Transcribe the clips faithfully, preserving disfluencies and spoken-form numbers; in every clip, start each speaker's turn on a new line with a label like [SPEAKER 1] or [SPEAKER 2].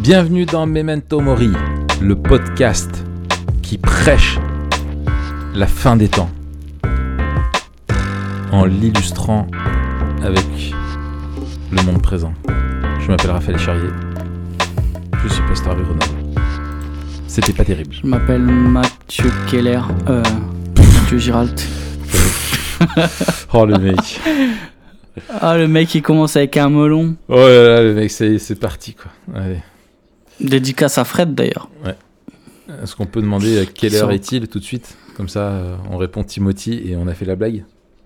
[SPEAKER 1] Bienvenue dans Memento Mori, le podcast qui prêche la fin des temps en l'illustrant avec le monde présent. Je m'appelle Raphaël Charrier, je suis pasteur à Grenoble. C'était pas terrible.
[SPEAKER 2] Je m'appelle Mathieu Keller, euh, Mathieu Giralt.
[SPEAKER 1] Oh le mec.
[SPEAKER 2] Ah le mec il commence avec un melon.
[SPEAKER 1] Oh là là le mec, c'est, c'est parti quoi. Allez.
[SPEAKER 2] Dédicace à Fred d'ailleurs.
[SPEAKER 1] Ouais. Est-ce qu'on peut demander à quelle heure
[SPEAKER 2] Sans...
[SPEAKER 1] est-il tout de suite? Comme ça euh, on répond Timothy et on a fait la blague.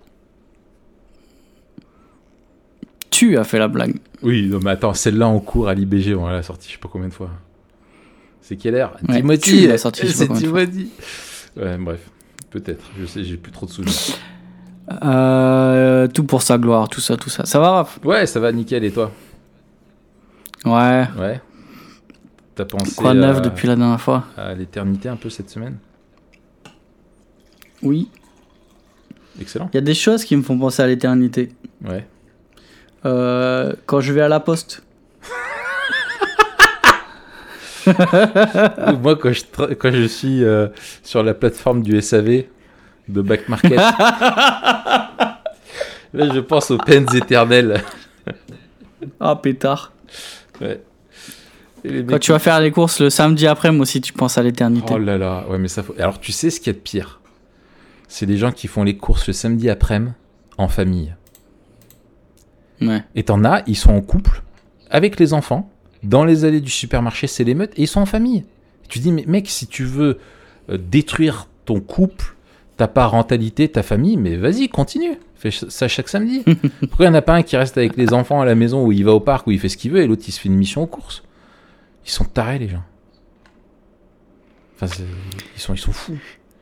[SPEAKER 2] Tu as fait la blague.
[SPEAKER 1] Oui, non mais attends, celle-là en cours à l'I B G, on l'a sortie je sais pas combien de fois. C'est quelle heure?
[SPEAKER 2] Ouais,
[SPEAKER 1] Timothy,
[SPEAKER 2] tu l'as sorti, je sais
[SPEAKER 1] c'est
[SPEAKER 2] pas combien de fois.
[SPEAKER 1] Timothy. Ouais, bref, peut-être. Je sais, j'ai plus trop de souvenirs.
[SPEAKER 2] Euh, tout pour sa gloire, tout ça, tout ça. Ça va, Raph?
[SPEAKER 1] Ouais, ça va nickel, et toi?
[SPEAKER 2] Ouais.
[SPEAKER 1] Ouais. T'as pensé
[SPEAKER 2] Quoi de neuf
[SPEAKER 1] à,
[SPEAKER 2] depuis la dernière fois?
[SPEAKER 1] à l'éternité un peu cette semaine?
[SPEAKER 2] Oui.
[SPEAKER 1] Excellent.
[SPEAKER 2] Il y a des choses qui me font penser à l'éternité.
[SPEAKER 1] Ouais.
[SPEAKER 2] Euh, quand je vais à la poste.
[SPEAKER 1] Moi, quand je, tra- quand je suis euh, sur la plateforme du S A V de Back Market, là, je pense aux peines éternelles.
[SPEAKER 2] Ah, pétard.
[SPEAKER 1] Ouais. Et les
[SPEAKER 2] Quand
[SPEAKER 1] mecs-
[SPEAKER 2] tu vas faire les courses le samedi après, moi aussi tu penses à l'éternité.
[SPEAKER 1] Oh là là, ouais, mais ça faut... Alors, tu sais ce qu'il y a de pire? C'est les gens qui font les courses le samedi après-midi en famille.
[SPEAKER 2] Ouais.
[SPEAKER 1] Et t'en as, ils sont en couple, avec les enfants, dans les allées du supermarché, c'est l'émeute, et ils sont en famille. Tu dis, mais mec, si tu veux euh, détruire ton couple, ta parentalité, ta famille, mais vas-y, continue. Fais ça chaque samedi. Pourquoi il n'y en a pas un qui reste avec les enfants à la maison, où il va au parc, où il fait ce qu'il veut, et l'autre, il se fait une mission aux courses? Ils sont tarés, les gens. Enfin, c'est... Ils, sont, ils sont fous.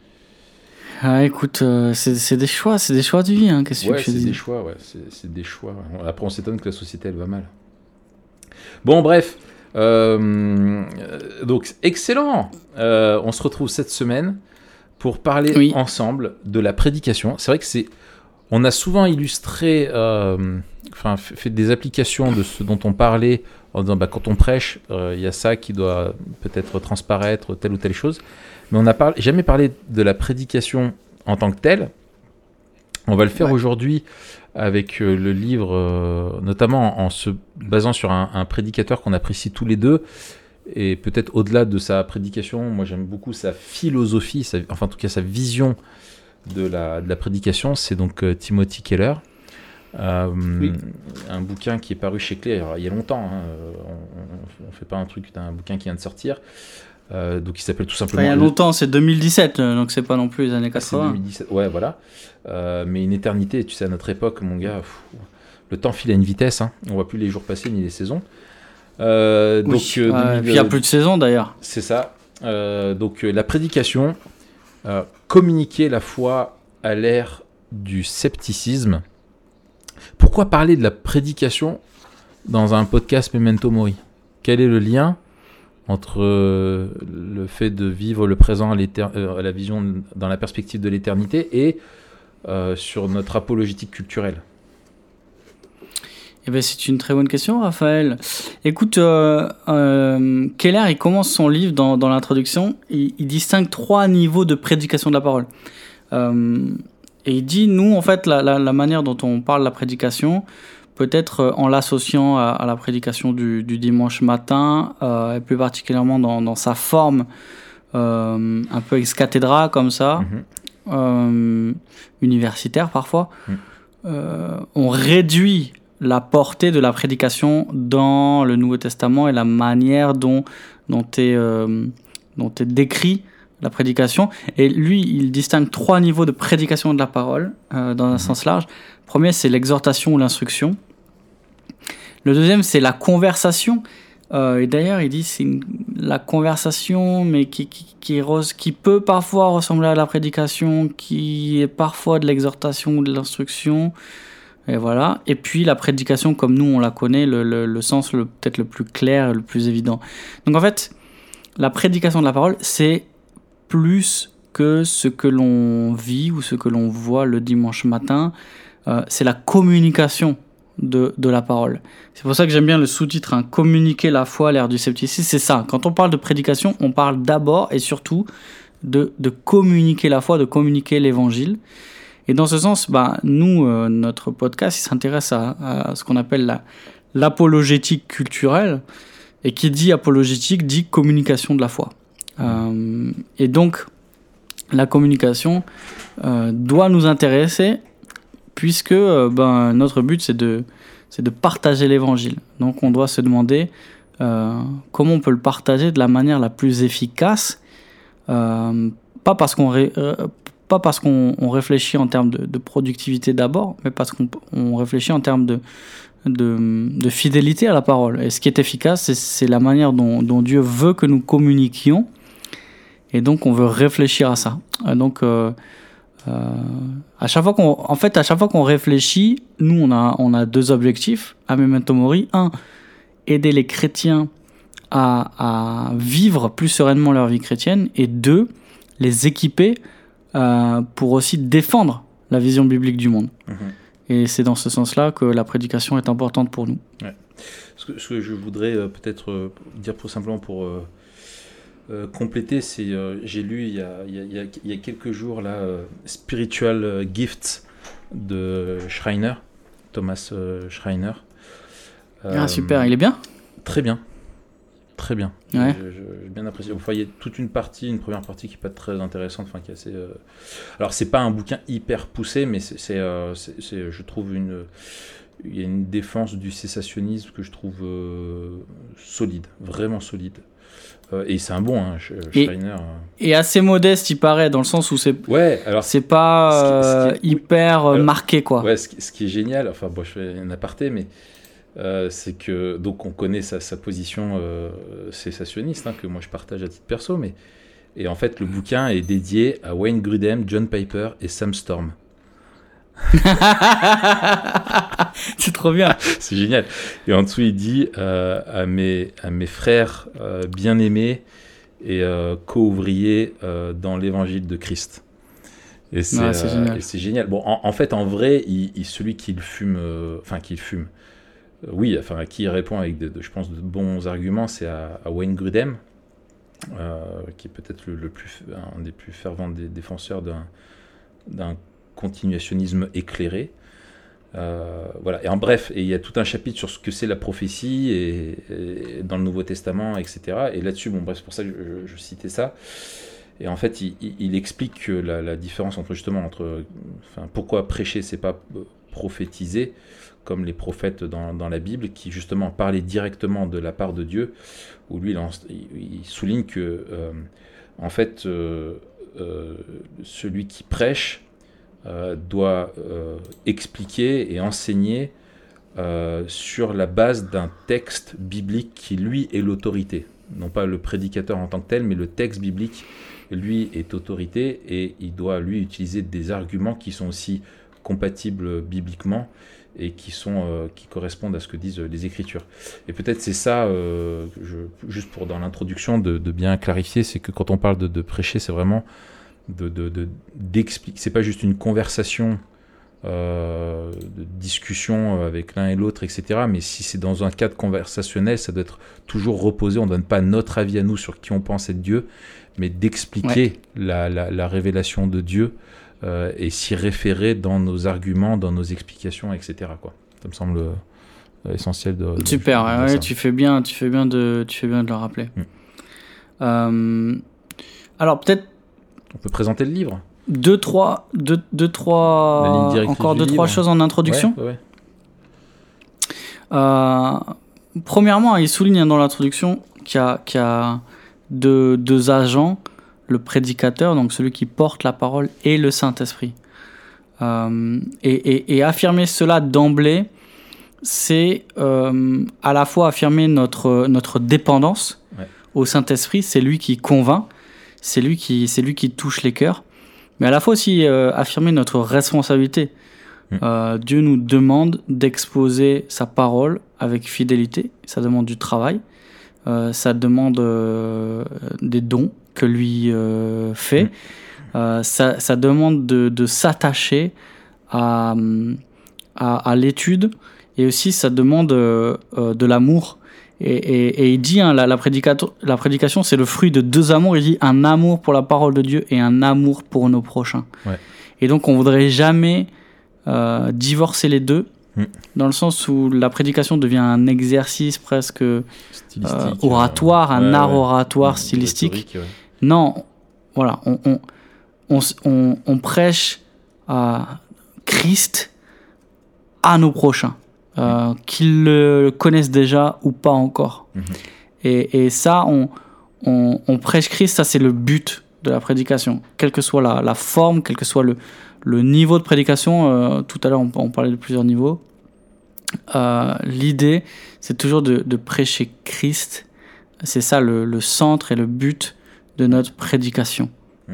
[SPEAKER 2] Ah, écoute, euh, c'est, c'est des choix, c'est des choix de vie, hein, qu'est-ce que
[SPEAKER 1] Ouais,
[SPEAKER 2] je te
[SPEAKER 1] c'est
[SPEAKER 2] dis.
[SPEAKER 1] des choix, ouais. C'est, c'est des choix. Après, on s'étonne que la société, elle va mal. Bon, bref. Euh, donc, excellent. Euh, on se retrouve cette semaine pour parler
[SPEAKER 2] Oui.
[SPEAKER 1] ensemble de la prédication. C'est vrai que c'est... On a souvent illustré, euh, enfin, fait des applications de ce dont on parlait en disant, bah, quand on prêche, il euh, y a ça qui doit peut-être transparaître, telle ou telle chose. Mais on n'a par... jamais parlé de la prédication en tant que telle. On va le faire ouais. aujourd'hui avec euh, le livre, euh, notamment en, en se basant sur un, un prédicateur qu'on apprécie tous les deux. Et peut-être au-delà de sa prédication, moi j'aime beaucoup sa philosophie, sa... enfin en tout cas sa vision de la, de la prédication. C'est donc euh, Timothy Keller. Euh, oui. Un bouquin qui est paru chez Clé alors, il y a longtemps. Hein, on ne fait pas un truc, un bouquin qui vient de sortir. Euh, donc il s'appelle tout simplement.
[SPEAKER 2] Enfin, il y a longtemps, c'est deux mille dix-sept, donc c'est pas non plus les années quatre-vingts.
[SPEAKER 1] Ah, c'est deux mille dix-sept, ouais, voilà. Euh, mais une éternité, tu sais, à notre époque, mon gars, pff, le temps file à une vitesse. Hein, on voit plus les jours passer ni les saisons. Euh,
[SPEAKER 2] oui.
[SPEAKER 1] donc, euh,
[SPEAKER 2] euh, puis il y a plus de saison d'ailleurs.
[SPEAKER 1] C'est ça. Euh, donc euh, la prédication, euh, communiquer la foi à l'ère du scepticisme. Pourquoi parler de la prédication dans un podcast Memento Mori? Quel est le lien entre euh, le fait de vivre le présent à, euh, à la vision dans la perspective de l'éternité et euh, sur notre apologétique culturelle?
[SPEAKER 2] Eh ben, c'est une très bonne question, Raphaël. Écoute, euh, euh, Keller, il commence son livre dans, dans l'introduction, il, il distingue trois niveaux de prédication de la parole. Euh, et il dit, nous, en fait, la, la, la manière dont on parle de la prédication, peut-être en l'associant à, à la prédication du, du dimanche matin, euh, et plus particulièrement dans, dans sa forme euh, un peu ex cathedra, comme ça, mm-hmm. euh, universitaire parfois, mm. euh, on réduit la portée de la prédication dans le Nouveau Testament et la manière dont, dont est, euh, dont est décrit la prédication. Et lui, il distingue trois niveaux de prédication de la parole, euh, dans un mmh. sens large. Le premier, c'est l'exhortation ou l'instruction. Le deuxième, c'est la conversation. Euh, et d'ailleurs, il dit c'est une, la conversation, mais qui, qui, qui, qui peut parfois ressembler à la prédication, qui est parfois de l'exhortation ou de l'instruction. Et voilà. Et puis la prédication, comme nous on la connaît, le, le, le sens le, peut-être le plus clair et le plus évident. Donc en fait, la prédication de la parole, c'est plus que ce que l'on vit ou ce que l'on voit le dimanche matin. Euh, c'est la communication de, de la parole. C'est pour ça que j'aime bien le sous-titre, hein, communiquer la foi à l'ère du scepticisme. C'est ça. Quand on parle de prédication, on parle d'abord et surtout de, de communiquer la foi, de communiquer l'évangile. Et dans ce sens, bah, nous, euh, notre podcast, il s'intéresse à, à ce qu'on appelle la, l'apologétique culturelle. Et qui dit apologétique dit communication de la foi. Euh, et donc, la communication euh, doit nous intéresser puisque euh, ben, notre but, c'est de, c'est de partager l'évangile. Donc, on doit se demander euh, comment on peut le partager de la manière la plus efficace, euh, pas parce qu'on, ré, euh, pas parce qu'on on réfléchit en termes de, de productivité d'abord, mais parce qu'on on réfléchit en termes de De, de fidélité à la parole. Et ce qui est efficace, c'est, c'est la manière dont, dont Dieu veut que nous communiquions. Et donc, on veut réfléchir à ça. Et donc, euh, euh, à chaque fois qu'on, en fait, à chaque fois qu'on réfléchit, nous, on a, on a deux objectifs à Memento Mori. Un, aider les chrétiens à, à vivre plus sereinement leur vie chrétienne. Et deux, les équiper euh, pour aussi défendre la vision biblique du monde. Mmh. Et c'est dans ce sens-là que la prédication est importante pour nous.
[SPEAKER 1] Ouais. Ce, que, ce que je voudrais euh, peut-être euh, dire pour, simplement pour euh, euh, compléter, c'est euh, j'ai lu il y, a, il, y a, il y a quelques jours là, euh, Spiritual Gifts de Schreiner, Thomas euh, Schreiner.
[SPEAKER 2] Euh, ah super, il est bien ?
[SPEAKER 1] Très bien. Très bien,
[SPEAKER 2] ouais.
[SPEAKER 1] je, je, j'ai bien apprécié. Enfin, il y a toute une partie, une première partie qui n'est pas très intéressante, enfin qui est assez. Euh... Alors c'est pas un bouquin hyper poussé, mais c'est, c'est, euh, c'est, c'est je trouve une, il y a une défense du cessationnisme que je trouve euh, solide, vraiment solide. Euh, et c'est un bon, hein, Schreiner.
[SPEAKER 2] Et, et assez modeste, il paraît, dans le sens où c'est.
[SPEAKER 1] Ouais, alors
[SPEAKER 2] c'est pas ce qui, ce qui est, hyper oui, alors, marqué, quoi.
[SPEAKER 1] Ouais, ce qui, ce qui est génial, enfin bon, je fais un aparté, mais. Euh, c'est que donc on connaît sa, sa position euh, cessationniste, hein, que moi je partage à titre perso, mais et en fait le bouquin est dédié à Wayne Grudem, John Piper et Sam Storm.
[SPEAKER 2] C'est trop bien.
[SPEAKER 1] C'est génial. Et en dessous il dit euh, à mes à mes frères euh, bien-aimés et euh, co-ouvriers euh, dans l'évangile de Christ. Et c'est,
[SPEAKER 2] ouais, c'est,
[SPEAKER 1] euh,
[SPEAKER 2] génial.
[SPEAKER 1] Et c'est génial. Bon, en, en fait, en vrai, il, il, celui qui le fume, enfin euh, qui le fume. Oui, enfin, à qui il répond avec, de, de, je pense, de bons arguments, c'est à, à Wayne Grudem, euh, qui est peut-être le, le plus, un des plus fervents des défenseurs d'un, d'un continuationnisme éclairé. Euh, voilà. Et en bref, et il y a tout un chapitre sur ce que c'est la prophétie et, et dans le Nouveau Testament, et cetera. Et là-dessus, bon, bref, c'est pour ça que je, je, je citais ça. Et en fait, il, il, il explique que la, la différence entre justement entre, enfin, pourquoi prêcher, c'est pas prophétiser, comme les prophètes dans, dans la Bible, qui justement parlaient directement de la part de Dieu, où lui, il, il souligne que, euh, en fait, euh, euh, celui qui prêche euh, doit euh, expliquer et enseigner euh, sur la base d'un texte biblique qui, lui, est l'autorité. Non pas le prédicateur en tant que tel, mais le texte biblique, lui, est autorité, et il doit, lui, utiliser des arguments qui sont aussi compatibles bibliquement, et qui, sont, euh, qui correspondent à ce que disent les Écritures. Et peut-être c'est ça, euh, je, juste pour dans l'introduction, de, de bien clarifier, c'est que quand on parle de, de prêcher, c'est vraiment de, de, de, d'expliquer. C'est pas juste une conversation, euh, de discussion avec l'un et l'autre, et cetera. Mais si c'est dans un cadre conversationnel, ça doit être toujours reposé. On ne donne pas notre avis à nous sur qui on pense être Dieu, mais d'expliquer ouais. la, la, la révélation de Dieu. Euh, et s'y référer dans nos arguments, dans nos explications, et cetera, quoi. Ça me semble euh, essentiel de. de
[SPEAKER 2] Super,
[SPEAKER 1] de
[SPEAKER 2] ouais, tu fais bien, tu fais bien de, tu fais bien de le rappeler. Mm. Euh, alors peut-être.
[SPEAKER 1] On peut présenter le livre.
[SPEAKER 2] Deux, trois, deux, deux, trois. Encore deux, trois choses en introduction.
[SPEAKER 1] Ouais, ouais, ouais.
[SPEAKER 2] Euh, premièrement, il souligne dans l'introduction qu'il y a, qu'il y a deux, deux agents. Le prédicateur, donc celui qui porte la parole, et le Saint-Esprit. Euh, et, et, et affirmer cela d'emblée, c'est euh, à la fois affirmer notre, notre dépendance ouais. au Saint-Esprit, c'est lui qui convainc, c'est lui qui, c'est lui qui touche les cœurs, mais à la fois aussi euh, affirmer notre responsabilité. Mmh. Euh, Dieu nous demande d'exposer sa parole avec fidélité, ça demande du travail, euh, ça demande euh, des dons, que lui euh, fait, mmh. euh, ça, ça demande de, de s'attacher à, à, à l'étude et aussi ça demande euh, euh, de l'amour. Et, et, et il dit, hein, la, la, prédicato- la prédication, c'est le fruit de deux amours. Il dit un amour pour la parole de Dieu et un amour pour nos prochains.
[SPEAKER 1] Ouais.
[SPEAKER 2] Et donc, on voudrait jamais euh, divorcer les deux, mm. dans le sens où la prédication devient un exercice presque euh, oratoire, euh, un ouais, art ouais. oratoire, ouais, stylistique. Ouais. Non, voilà, on, on, on, on, on prêche à Christ à nos prochains. Euh, mmh. Qu'ils le connaissent déjà ou pas encore. Mmh. Et, et ça, on, on, on prêche Christ, ça c'est le but de la prédication. Quelle que soit la, la forme, quel que soit le, le niveau de prédication, euh, tout à l'heure on, on parlait de plusieurs niveaux, euh, l'idée c'est toujours de, de prêcher Christ. C'est ça le, le centre et le but de notre prédication. Mmh.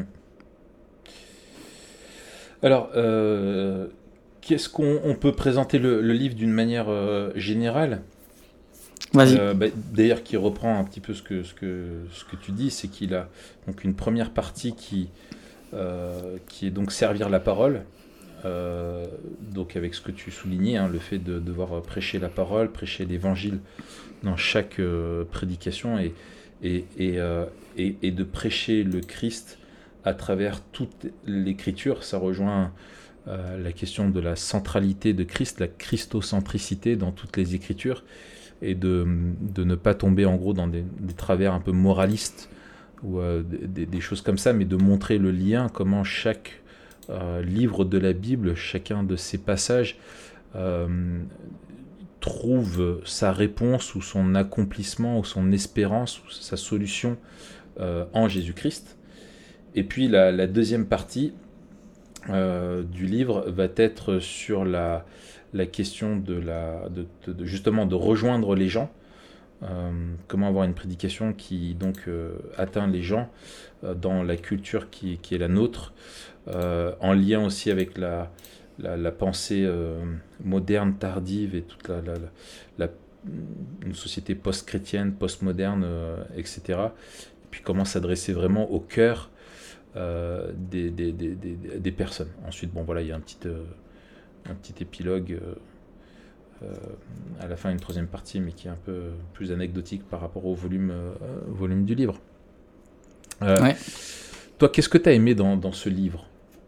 [SPEAKER 1] Alors, euh... qu'est-ce qu'on on peut présenter le, le livre d'une manière euh, générale ?
[SPEAKER 2] Vas-y.
[SPEAKER 1] Euh, bah, d'ailleurs, qui reprend un petit peu ce que, ce que, ce que tu dis, c'est qu'il a donc une première partie qui, euh, qui est donc servir la parole, euh, donc avec ce que tu soulignais, hein, le fait de devoir prêcher la parole, prêcher l'évangile dans chaque euh, prédication et, et, et, euh, et, et de prêcher le Christ à travers toute l'écriture. Ça rejoint Euh, la question de la centralité de Christ, la christocentricité dans toutes les Écritures, et de, de ne pas tomber en gros dans des, des travers un peu moralistes ou euh, des, des choses comme ça, mais de montrer le lien, comment chaque euh, livre de la Bible, chacun de ces passages euh, trouve sa réponse ou son accomplissement ou son espérance ou sa solution euh, en Jésus-Christ. Et puis la, la deuxième partie Euh, du livre va être sur la, la question de, la, de, de, de justement de rejoindre les gens, euh, comment avoir une prédication qui donc euh, atteint les gens euh, dans la culture qui, qui est la nôtre, euh, en lien aussi avec la, la, la pensée euh, moderne, tardive et toute la, la, la, la une société post-chrétienne, post-moderne, euh, et cetera. Et puis comment s'adresser vraiment au cœur Euh, des, des, des, des, des personnes. Ensuite, bon voilà, il y a un petit, euh, un petit épilogue euh, euh, à la fin, une troisième partie, mais qui est un peu plus anecdotique par rapport au volume, euh, volume du livre. Euh,
[SPEAKER 2] ouais.
[SPEAKER 1] Toi, qu'est-ce que tu as aimé dans, dans ce livre ?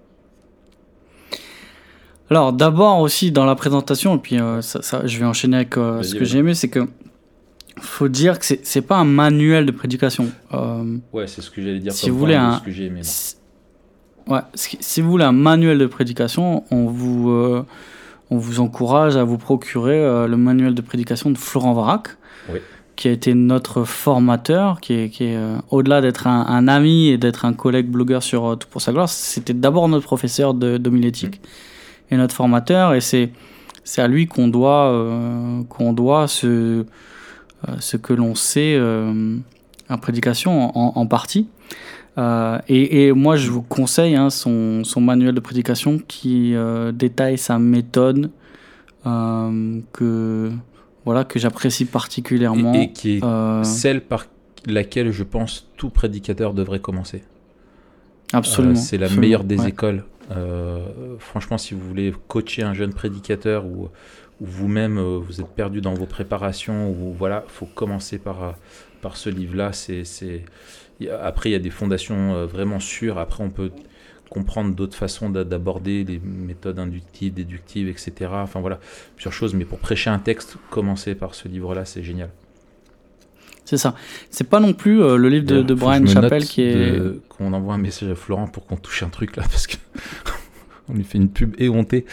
[SPEAKER 2] Alors, d'abord aussi dans la présentation, et puis euh, ça, ça, je vais enchaîner avec euh, ce que voilà. j'ai aimé, c'est que faut dire que c'est, c'est pas un manuel de prédication. Euh,
[SPEAKER 1] ouais, c'est ce que j'allais dire.
[SPEAKER 2] Si vous voulez un,
[SPEAKER 1] ce que j'ai aimé,
[SPEAKER 2] si, ouais, si vous voulez un manuel de prédication, on vous, euh, on vous encourage à vous procurer euh, le manuel de prédication de Florent Varac,
[SPEAKER 1] oui.
[SPEAKER 2] qui a été notre formateur, qui est, qui est euh, au-delà d'être un, un ami et d'être un collègue blogueur sur euh, Tout pour sa gloire, c'était d'abord notre professeur de d'homilétique mmh. et notre formateur, et c'est, c'est à lui qu'on doit, euh, qu'on doit se ce que l'on sait euh, en prédication en, en partie. Euh, et, et moi, je vous conseille hein, son, son manuel de prédication qui euh, détaille sa méthode euh, que, voilà, que j'apprécie particulièrement.
[SPEAKER 1] Et, et qui est euh, celle par laquelle, je pense, tout prédicateur devrait commencer.
[SPEAKER 2] Absolument.
[SPEAKER 1] Euh, c'est la
[SPEAKER 2] absolument,
[SPEAKER 1] meilleure des
[SPEAKER 2] ouais.
[SPEAKER 1] écoles. Euh, franchement, si vous voulez coacher un jeune prédicateur ou... ou vous-même euh, vous êtes perdu dans vos préparations, ou voilà, faut commencer par par ce livre-là. C'est c'est après il y a des fondations euh, vraiment sûres. Après on peut comprendre d'autres façons d'aborder des méthodes inductives, déductives, et cetera. Enfin voilà, plusieurs choses. Mais pour prêcher un texte, commencer par ce livre-là, c'est génial.
[SPEAKER 2] C'est ça. C'est pas non plus euh, le livre de, de Bryan Chapell qui est.
[SPEAKER 1] De, qu'on envoie un message à Florent pour qu'on touche un truc là, parce que on lui fait une pub éhontée.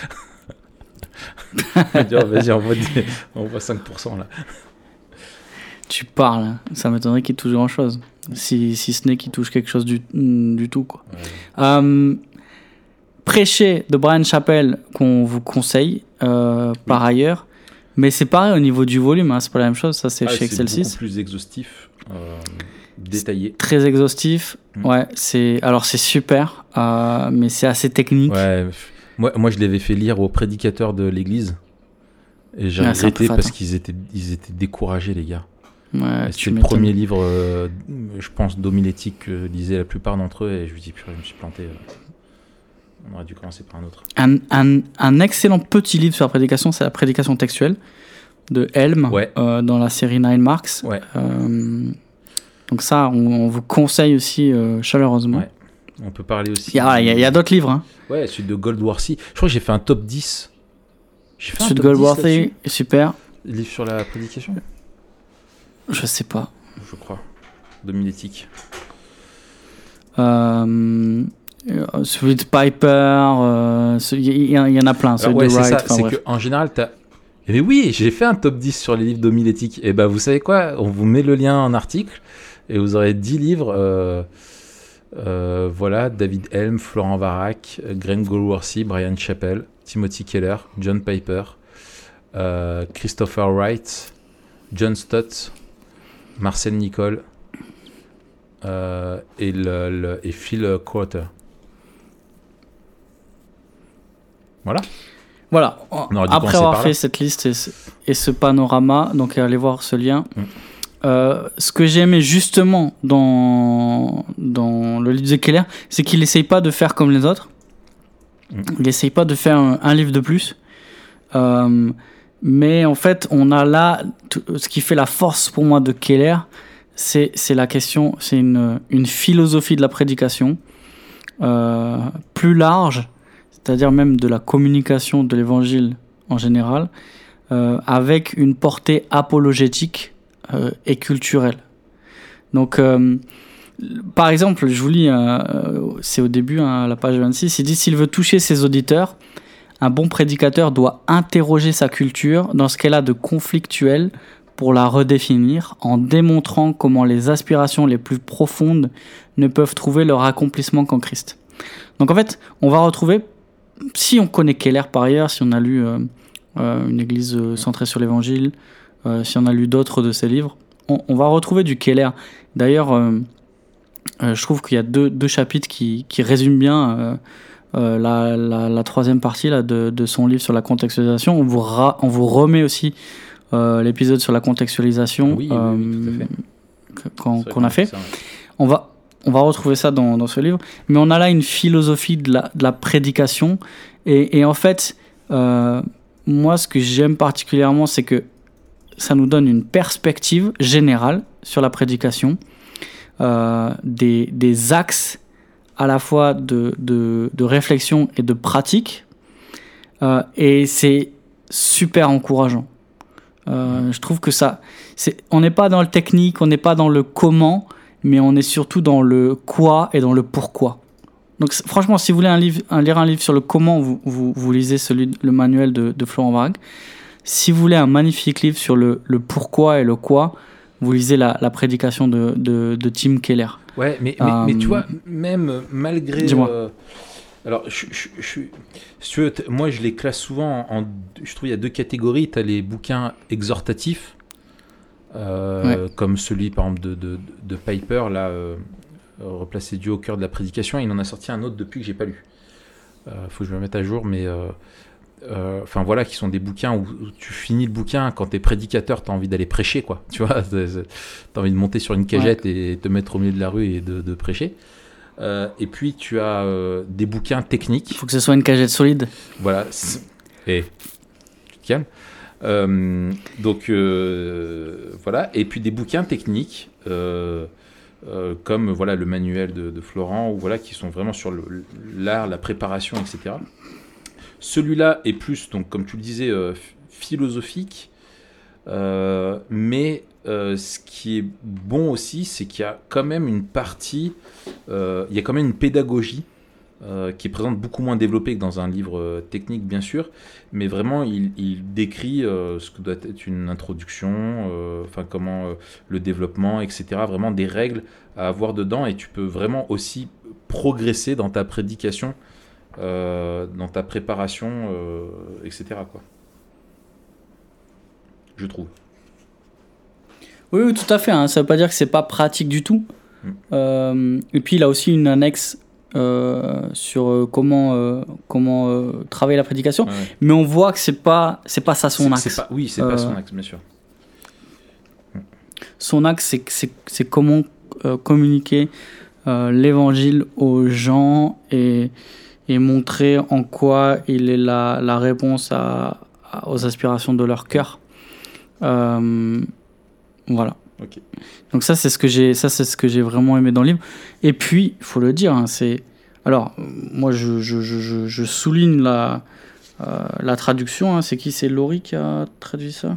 [SPEAKER 1] Vas-y, envoie, envoie cinq pour cent là.
[SPEAKER 2] Tu parles, ça m'étonnerait qu'il touche grand chose. Si, si ce n'est qu'il touche quelque chose du, du tout, quoi. Ouais. Euh, Prêcher de Bryan Chapell, qu'on vous conseille euh, oui. par ailleurs. Mais c'est pareil au niveau du volume, hein, c'est pas la même chose. Ça, c'est ah, chez Excel six.
[SPEAKER 1] C'est beaucoup plus exhaustif, euh, détaillé.
[SPEAKER 2] C'est très exhaustif. Mmh. Ouais, c'est alors c'est super, euh, mais c'est assez technique.
[SPEAKER 1] Ouais. Moi, moi, je l'avais fait lire aux prédicateurs de l'église et j'ai ah, regretté parce hein. qu'ils étaient, ils étaient découragés, les gars.
[SPEAKER 2] Ouais,
[SPEAKER 1] c'était le premier livre, euh, je pense, d'homilétique que lisaient la plupart d'entre eux et je me dis, purée, je me suis planté. On aurait dû commencer par un autre.
[SPEAKER 2] Un, un, un excellent petit livre sur la prédication, c'est la prédication textuelle de Helm,
[SPEAKER 1] ouais.
[SPEAKER 2] euh, dans la série Nine Marks.
[SPEAKER 1] Ouais.
[SPEAKER 2] Euh, donc ça, on, on vous conseille aussi euh, chaleureusement.
[SPEAKER 1] Ouais. On peut parler aussi...
[SPEAKER 2] Il y a, il y a, il y a d'autres livres. Hein.
[SPEAKER 1] Ouais, celui de Goldworthy. Je crois que j'ai fait un top dix. J'ai fait
[SPEAKER 2] celui
[SPEAKER 1] un
[SPEAKER 2] de
[SPEAKER 1] top
[SPEAKER 2] Goldworthy est super.
[SPEAKER 1] Livre sur la prédication ?
[SPEAKER 2] Je sais pas.
[SPEAKER 1] Je crois. De Milétique.
[SPEAKER 2] Euh, celui de Piper, euh, il y, y en a plein. Celui
[SPEAKER 1] Alors, ouais,
[SPEAKER 2] de
[SPEAKER 1] c'est
[SPEAKER 2] Wright.
[SPEAKER 1] ça. C'est qu'en général, t'as... Mais oui, j'ai fait un top dix sur les livres d'homilétique. Et ben, vous savez quoi ? On vous met le lien en article et vous aurez dix livres. Euh, euh, voilà, David Helm, Florent Varac, Graham Goldworthy, Brian Chappell, Timothy Keller, John Piper, euh, Christopher Wright, John Stott, Marcel Nicole euh, et, le, le, et Phil Quarter. Voilà.
[SPEAKER 2] Voilà, après avoir fait cette liste et ce, et ce panorama, donc allez voir ce lien. Mm. Euh, ce que j'ai aimé justement dans, dans le livre de Keller, c'est qu'il n'essaye pas de faire comme les autres. Mm. Il n'essaye pas de faire un, un livre de plus. Euh, mais en fait, on a là, tout, ce qui fait la force pour moi de Keller, c'est, c'est la question, c'est une, une philosophie de la prédication euh, plus large, c'est-à-dire même de la communication de l'évangile en général, euh, avec une portée apologétique euh, et culturelle. Donc, euh, par exemple, je vous lis, euh, c'est au début, hein, à la page vingt-six, il dit « S'il veut toucher ses auditeurs, un bon prédicateur doit interroger sa culture dans ce qu'elle a de conflictuel pour la redéfinir, en démontrant comment les aspirations les plus profondes ne peuvent trouver leur accomplissement qu'en Christ. » Donc en fait, on va retrouver... Si on connaît Keller par ailleurs, si on a lu euh, euh, Une église euh, centrée sur l'évangile, euh, si on a lu d'autres de ses livres, on, on va retrouver du Keller. D'ailleurs, euh, euh, je trouve qu'il y a deux, deux chapitres qui, qui résument bien euh, euh, la, la, la troisième partie là, de, de son livre sur la contextualisation. On vous, ra- on vous remet aussi euh, l'épisode sur la contextualisation
[SPEAKER 1] oui,
[SPEAKER 2] euh,
[SPEAKER 1] oui, oui, tout à fait.
[SPEAKER 2] qu'on, qu'on a fait.
[SPEAKER 1] Ça, ouais.
[SPEAKER 2] On va... On va retrouver ça dans, dans ce livre. Mais on a là une philosophie de la, de la prédication. Et, et en fait, euh, moi, ce que j'aime particulièrement, c'est que ça nous donne une perspective générale sur la prédication, euh, des, des axes à la fois de, de, de réflexion et de pratique. Euh, et c'est super encourageant. Euh, je trouve que ça... C'est, on n'est pas dans le technique, on n'est pas dans le comment... mais on est surtout dans le quoi et dans le pourquoi. Donc franchement, si vous voulez un livre, un, lire un livre sur le comment, vous, vous, vous lisez celui, le manuel de, de Florent Varac. Si vous voulez un magnifique livre sur le, le pourquoi et le quoi, vous lisez la, la prédication de, de, de Tim Keller.
[SPEAKER 1] Ouais, mais, mais, euh, mais tu vois, même malgré...
[SPEAKER 2] Dis-moi.
[SPEAKER 1] Euh, alors, je, je, je, si tu veux, moi, je les classe souvent en... Je trouve qu'il y a deux catégories. Tu as les bouquins exhortatifs, Euh, ouais. comme celui par exemple de, de, de Piper là, euh, replacer Dieu au cœur de la prédication. Il en a sorti un autre depuis que j'ai pas lu, euh, faut que je me mette à jour, mais enfin euh, euh, voilà, qui sont des bouquins où, où tu finis le bouquin, quand t'es prédicateur t'as envie d'aller prêcher, quoi, tu vois, t'as envie de monter sur une cagette ouais. et te mettre au milieu de la rue et de, de prêcher. Euh, et puis tu as euh, des bouquins techniques,
[SPEAKER 2] il faut que ce soit une cagette solide,
[SPEAKER 1] voilà. Et tu te calmes. Euh, donc euh, voilà, et puis des bouquins techniques euh, euh, comme voilà le manuel de, de Florent, ou voilà, qui sont vraiment sur le, l'art, la préparation, et cetera. Celui-là est plus, donc comme tu le disais, euh, philosophique, euh, mais euh, ce qui est bon aussi, c'est qu'il y a quand même une partie, euh, il y a quand même une pédagogie. Euh, qui est présente beaucoup moins développée que dans un livre euh, technique, bien sûr, mais vraiment il, il décrit euh, ce que doit être une introduction, euh, enfin comment euh, le développement, et cetera. Vraiment des règles à avoir dedans, et tu peux vraiment aussi progresser dans ta prédication, euh, dans ta préparation, euh, et cetera, quoi. Je trouve.
[SPEAKER 2] Oui, oui, tout à fait. Hein. Ça ne veut pas dire que c'est pas pratique du tout. Mm. Euh, et puis il a aussi une annexe. Euh, sur euh, comment euh, comment euh, travailler la prédication, ouais, ouais. Mais on voit que c'est pas c'est pas ça son
[SPEAKER 1] c'est,
[SPEAKER 2] axe.
[SPEAKER 1] C'est pas, oui, c'est euh, pas son axe, bien sûr.
[SPEAKER 2] Son axe, c'est c'est c'est comment euh, communiquer euh, l'évangile aux gens et et montrer en quoi il est la, la réponse à, à- aux aspirations de leur cœur. Euh, voilà.
[SPEAKER 1] Ok.
[SPEAKER 2] Donc ça, c'est ce que j'ai, ça, c'est ce que j'ai vraiment aimé dans le livre. Et puis, il faut le dire, hein, c'est... Alors, euh, moi, je, je, je, je- je souligne la, euh, la traduction. Hein. C'est qui? C'est Laurie qui a traduit ça?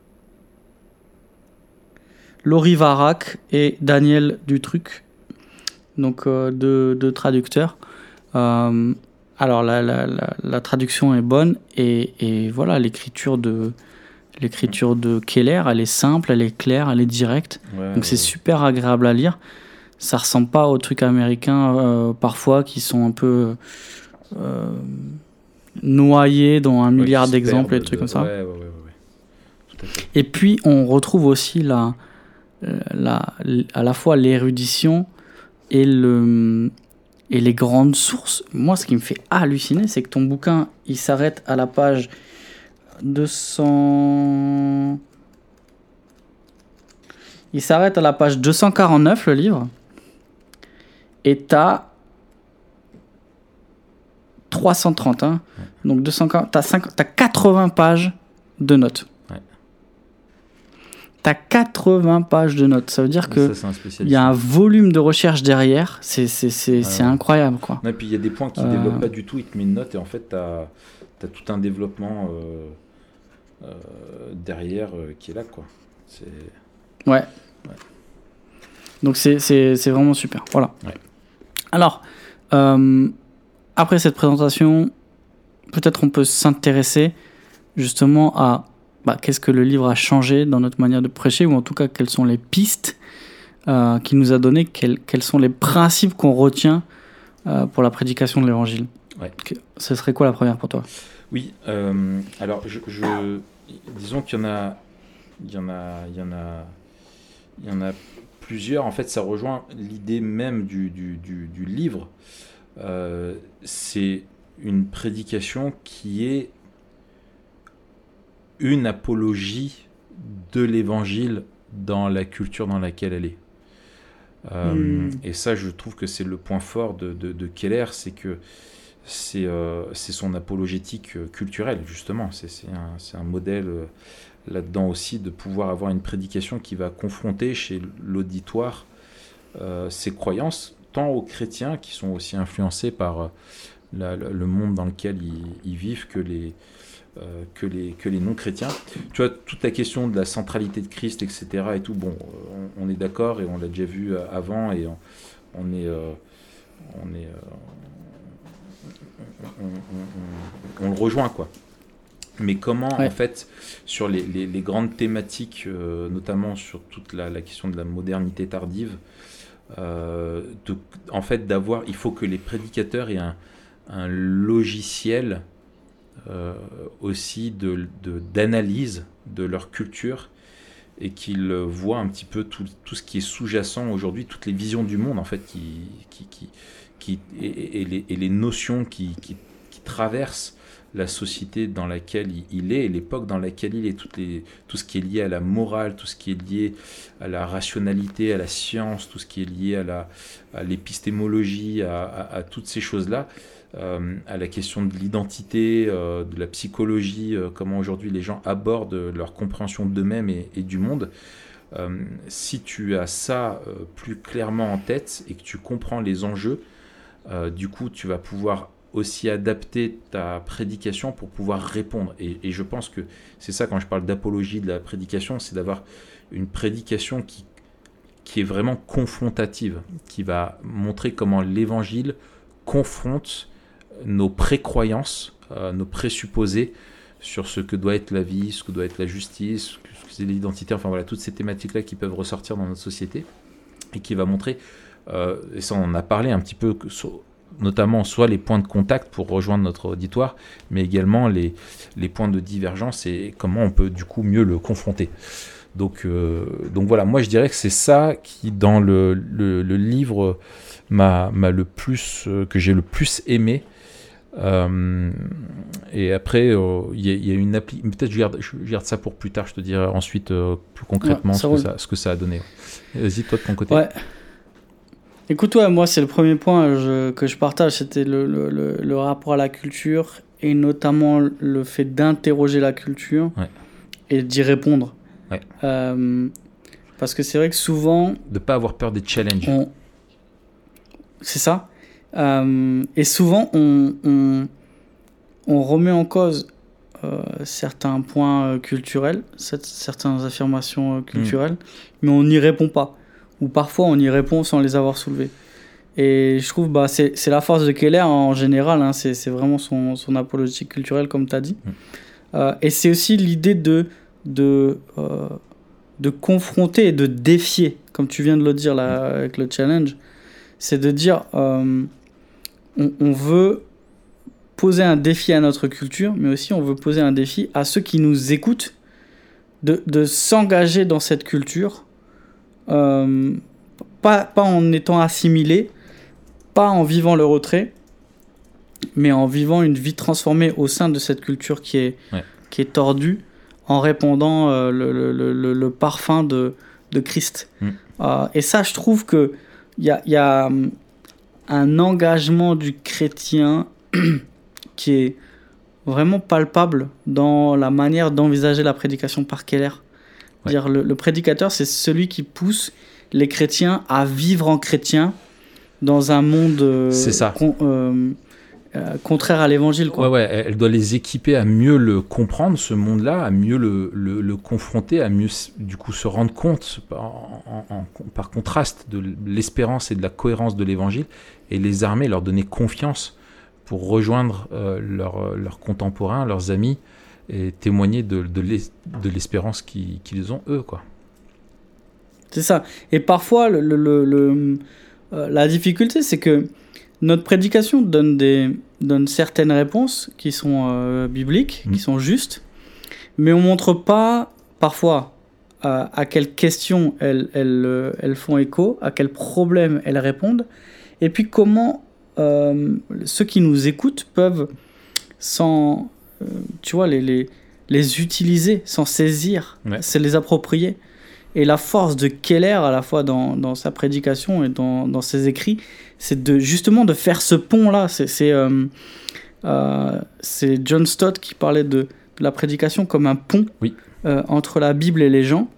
[SPEAKER 2] Laurie Varac et Daniel Dutruc, donc euh, deux, deux traducteurs. Euh, alors, la, la, la, la traduction est bonne et, et voilà, l'écriture de, l'écriture de Keller, elle est simple, elle est claire, elle est directe.
[SPEAKER 1] Ouais,
[SPEAKER 2] Donc,
[SPEAKER 1] ouais,
[SPEAKER 2] c'est
[SPEAKER 1] ouais.
[SPEAKER 2] super agréable à lire. Ça ressemble pas aux trucs américains euh, parfois qui sont un peu euh, noyés dans un
[SPEAKER 1] Ouais,
[SPEAKER 2] milliard
[SPEAKER 1] qui se
[SPEAKER 2] d'exemples et
[SPEAKER 1] perdent
[SPEAKER 2] des trucs
[SPEAKER 1] de-
[SPEAKER 2] comme ça.
[SPEAKER 1] Ouais, ouais, ouais, ouais, ouais. Tout à fait.
[SPEAKER 2] Et puis, on retrouve aussi la, la, à la fois l'érudition et, le, et les grandes sources. Moi, ce qui me fait halluciner, c'est que ton bouquin, il s'arrête à la page deux cents... Il s'arrête à la page deux cent quarante-neuf, le livre. Et t'as trois cent trente, hein.
[SPEAKER 1] Ouais.
[SPEAKER 2] Donc deux cent quarante, t'as, cinquante, t'as quatre-vingts pages de notes.
[SPEAKER 1] Ouais.
[SPEAKER 2] T'as quatre-vingts pages de notes. Ça veut dire que
[SPEAKER 1] Ça, c'est un
[SPEAKER 2] il
[SPEAKER 1] spécialiste.
[SPEAKER 2] y a un volume de recherche derrière. C'est, c'est, c'est,
[SPEAKER 1] Ouais,
[SPEAKER 2] c'est
[SPEAKER 1] ouais.
[SPEAKER 2] incroyable, quoi.
[SPEAKER 1] Non, et puis il y a des points qui ne
[SPEAKER 2] Euh.
[SPEAKER 1] développent pas du tout, il te met une note et en fait tu as, tout un développement euh, euh, derrière euh, qui est là, quoi. C'est...
[SPEAKER 2] Ouais.
[SPEAKER 1] Ouais.
[SPEAKER 2] Donc c'est, c'est, c'est vraiment super. Voilà.
[SPEAKER 1] Ouais.
[SPEAKER 2] Alors, euh, après cette présentation, peut-être on peut s'intéresser justement à bah, qu'est-ce que le livre a changé dans notre manière de prêcher, ou en tout cas quelles sont les pistes euh, qu'il nous a données, quels, quels sont les principes qu'on retient euh, pour la prédication de l'évangile.
[SPEAKER 1] Ouais.
[SPEAKER 2] Que- Ce serait quoi la première pour toi?
[SPEAKER 1] Oui, euh, alors je, je- disons qu'il y en a, il y en a, il y en a, il y en a plusieurs. En fait, ça rejoint l'idée même du, du, du, du livre. Euh, c'est une prédication qui est une apologie de l'évangile dans la culture dans laquelle elle est. Euh,
[SPEAKER 2] Mm.
[SPEAKER 1] Et ça, je trouve que c'est le point fort de, de, de Keller, c'est que c'est euh, c'est son apologétique euh, culturelle, justement. C'est c'est un, c'est un modèle euh, là-dedans aussi de pouvoir avoir une prédication qui va confronter chez l'auditoire euh, ses croyances, tant aux chrétiens qui sont aussi influencés par euh, la- la- le monde dans lequel ils, ils vivent que les, euh, que les, que les non-chrétiens. Tu vois, toute la question de la centralité de Christ, et cetera et tout, bon, euh, on, on est d'accord et on l'a déjà vu euh, avant et on, on est... euh, on est euh, on, on- on- on le rejoint, quoi. Mais comment,
[SPEAKER 2] Ouais.
[SPEAKER 1] en fait, sur les, les- les grandes thématiques, euh, notamment sur toute la, la question de la modernité tardive, euh, de- en fait, d'avoir, il faut que les prédicateurs aient un, un logiciel euh, aussi de, de- d'analyse de leur culture et qu'ils voient un petit peu tout, tout ce qui est sous-jacent aujourd'hui, toutes les visions du monde, en fait, qui, qui, qui, qui- et, et les, et les notions qui, qui, qui traversent la société dans laquelle il- il est et l'époque dans laquelle il est, toutes les, tout ce qui est lié à la morale, tout ce qui est lié à la rationalité, à la science, tout ce qui est lié à, la, à l'épistémologie, à, à- à toutes ces choses-là, euh, à la question de l'identité, euh, de la psychologie, euh, comment aujourd'hui les gens abordent leur compréhension d'eux-mêmes et, et du monde. Euh, si tu as ça euh, plus clairement en tête et que tu comprends les enjeux, euh, du coup, tu vas pouvoir aussi adapter ta prédication pour pouvoir répondre. Et, et je pense que c'est ça, quand je parle d'apologie de la prédication, c'est d'avoir une prédication qui, qui est vraiment confrontative, qui va montrer comment l'évangile confronte nos précroyances, euh, nos présupposés sur ce que doit être la vie, ce que doit être la justice, ce que c'est l'identité, enfin voilà, toutes ces thématiques-là qui peuvent ressortir dans notre société et qui va montrer, euh, et ça on en a parlé un petit peu, que, so, notamment soit les points de contact pour rejoindre notre auditoire, mais également les, les points de divergence et comment on peut du coup mieux le confronter. Donc, euh, donc voilà, moi je dirais que c'est ça qui dans le, le, le livre m'a, m'a le plus, euh, que j'ai le plus aimé. Euh, et après, il euh, y, y a une appli. Peut-être je garde, je garde ça pour plus tard. Je te dirai ensuite euh, plus concrètement
[SPEAKER 2] Ouais,
[SPEAKER 1] ce,
[SPEAKER 2] ça
[SPEAKER 1] que
[SPEAKER 2] roule.
[SPEAKER 1] ça, ce que ça a donné. Vas-y, toi de ton côté.
[SPEAKER 2] Ouais. Écoute, ouais, moi, c'est le premier point je, que je partage, c'était le, le, le, le rapport à la culture, et notamment le fait d'interroger la culture
[SPEAKER 1] Ouais.
[SPEAKER 2] et d'y répondre.
[SPEAKER 1] Ouais.
[SPEAKER 2] Euh, parce que c'est vrai que souvent...
[SPEAKER 1] De ne pas avoir peur des challenges.
[SPEAKER 2] On... C'est ça. Euh, et souvent, on, on, on remet en cause euh, certains points euh, culturels, certaines affirmations euh, culturelles, mmh. mais on n'y répond pas. Ou parfois, on y répond sans les avoir soulevées. Et je trouve bah c'est c'est la force de Keller en général, hein, c'est c'est vraiment son son apologétique culturelle comme tu as dit. Mmh. Euh, et c'est aussi l'idée de de euh, de confronter et de défier, comme tu viens de le dire là avec le challenge, c'est de dire euh, on, on veut poser un défi à notre culture, mais aussi on veut poser un défi à ceux qui nous écoutent de de s'engager dans cette culture, euh, pas pas en étant assimilés, pas en vivant le retrait, mais en vivant une vie transformée au sein de cette culture qui est, ouais. qui est tordue, en répandant euh, le, le, le, le parfum de, de Christ. Mm. Euh, et ça, je trouve qu'il y a, y a un engagement du chrétien qui est vraiment palpable dans la manière d'envisager la prédication par Keller. Ouais. Dire, le, le prédicateur, c'est celui qui pousse les chrétiens à vivre en chrétien dans un monde euh,
[SPEAKER 1] c'est ça.
[SPEAKER 2] Con, euh, euh, contraire à l'évangile, quoi.
[SPEAKER 1] Ouais, ouais, elle doit les équiper à mieux le comprendre, ce monde-là, à mieux le, le, le confronter, à mieux du coup se rendre compte en, en, en, par contraste de l'espérance et de la cohérence de l'évangile, et les armer, leur donner confiance pour rejoindre euh, leurs leur contemporains, leurs amis, et témoigner de, de, l'es, de l'espérance qu'ils, qu'ils ont eux, quoi.
[SPEAKER 2] C'est ça. Et parfois, le... le, le, le Euh, la difficulté, c'est que notre prédication donne, des, donne certaines réponses qui sont euh, bibliques, mmh. qui sont justes, mais on ne montre pas, parfois, euh, à quelles questions elles, elles, euh, elles font écho, à quels problèmes elles répondent, et puis comment euh, ceux qui nous écoutent peuvent, sans, euh, tu vois, les, les, les utiliser, s'en saisir, ouais. se les approprier. Et la force de Keller, à la fois dans, dans sa prédication et dans, dans ses écrits, c'est de, justement de faire ce pont-là. C'est, c'est, euh, euh, c'est John Stott qui parlait de, de la prédication comme un pont
[SPEAKER 1] oui.
[SPEAKER 2] euh, entre la Bible et les gens.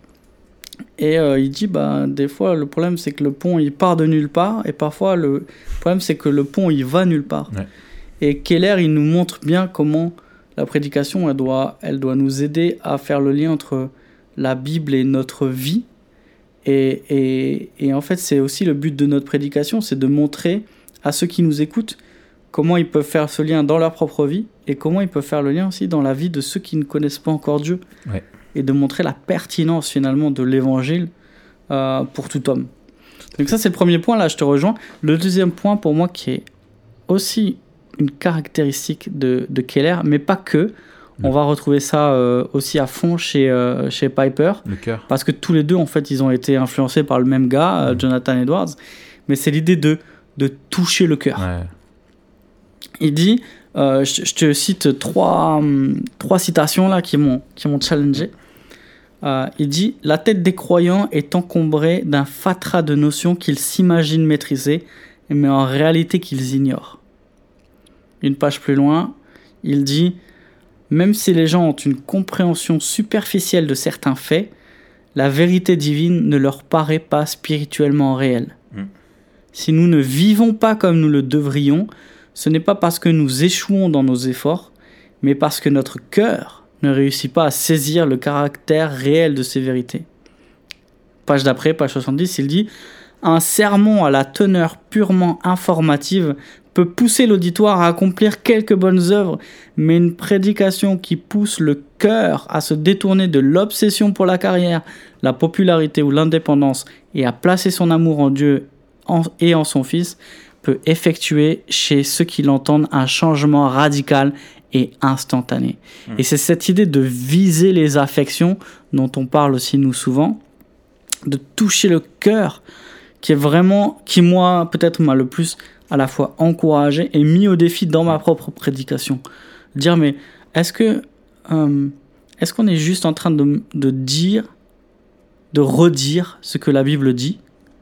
[SPEAKER 2] Et euh, il dit, bah, des fois, le problème, c'est que le pont, il part de nulle part. Et parfois, le problème, c'est que le pont, il va nulle part.
[SPEAKER 1] Ouais. Et
[SPEAKER 2] Keller, il nous montre bien comment la prédication, elle doit, elle doit nous aider à faire le lien entre la Bible et notre vie, et, et, et en fait c'est aussi le but de notre prédication, c'est de montrer à ceux qui nous écoutent comment ils peuvent faire ce lien dans leur propre vie, et comment ils peuvent faire le lien aussi dans la vie de ceux qui ne connaissent pas encore Dieu,
[SPEAKER 1] ouais.
[SPEAKER 2] et de montrer la pertinence finalement de l'évangile euh, pour tout homme. Donc ça c'est le premier point, là je te rejoins. Le deuxième point pour moi qui est aussi une caractéristique de, de Keller, mais pas que. On va retrouver ça euh, aussi à fond chez, euh, chez Piper.
[SPEAKER 1] Le cœur.
[SPEAKER 2] Parce que tous les deux, en fait, ils ont été influencés par le même gars, euh, mmh. Jonathan Edwards. Mais c'est l'idée de, de toucher le cœur.
[SPEAKER 1] Ouais.
[SPEAKER 2] Il dit, euh, je, je te cite trois, hum, trois citations là qui m'ont, qui m'ont challengé. Euh, il dit « La tête des croyants est encombrée d'un fatras de notions qu'ils s'imaginent maîtriser, mais en réalité qu'ils ignorent. » Une page plus loin, il dit « Même si les gens ont une compréhension superficielle de certains faits, la vérité divine ne leur paraît pas spirituellement réelle. Mmh. Si nous ne vivons pas comme nous le devrions, ce n'est pas parce que nous échouons dans nos efforts, mais parce que notre cœur ne réussit pas à saisir le caractère réel de ces vérités. » Page d'après, page soixante-dix, il dit « Un sermon à la teneur purement informative peut pousser l'auditoire à accomplir quelques bonnes œuvres, mais une prédication qui pousse le cœur à se détourner de l'obsession pour la carrière, la popularité ou l'indépendance et à placer son amour en Dieu en, et en son Fils peut effectuer chez ceux qui l'entendent un changement radical et instantané. Mmh. Et c'est cette idée de viser les affections dont on parle aussi nous souvent, de toucher le cœur, qui est vraiment, qui moi peut-être m'a le plus à la fois encouragé et mis au défi dans ma propre prédication. Dire, mais est-ce que euh, est-ce qu'on est juste en train de, de dire, de redire ce que la Bible dit,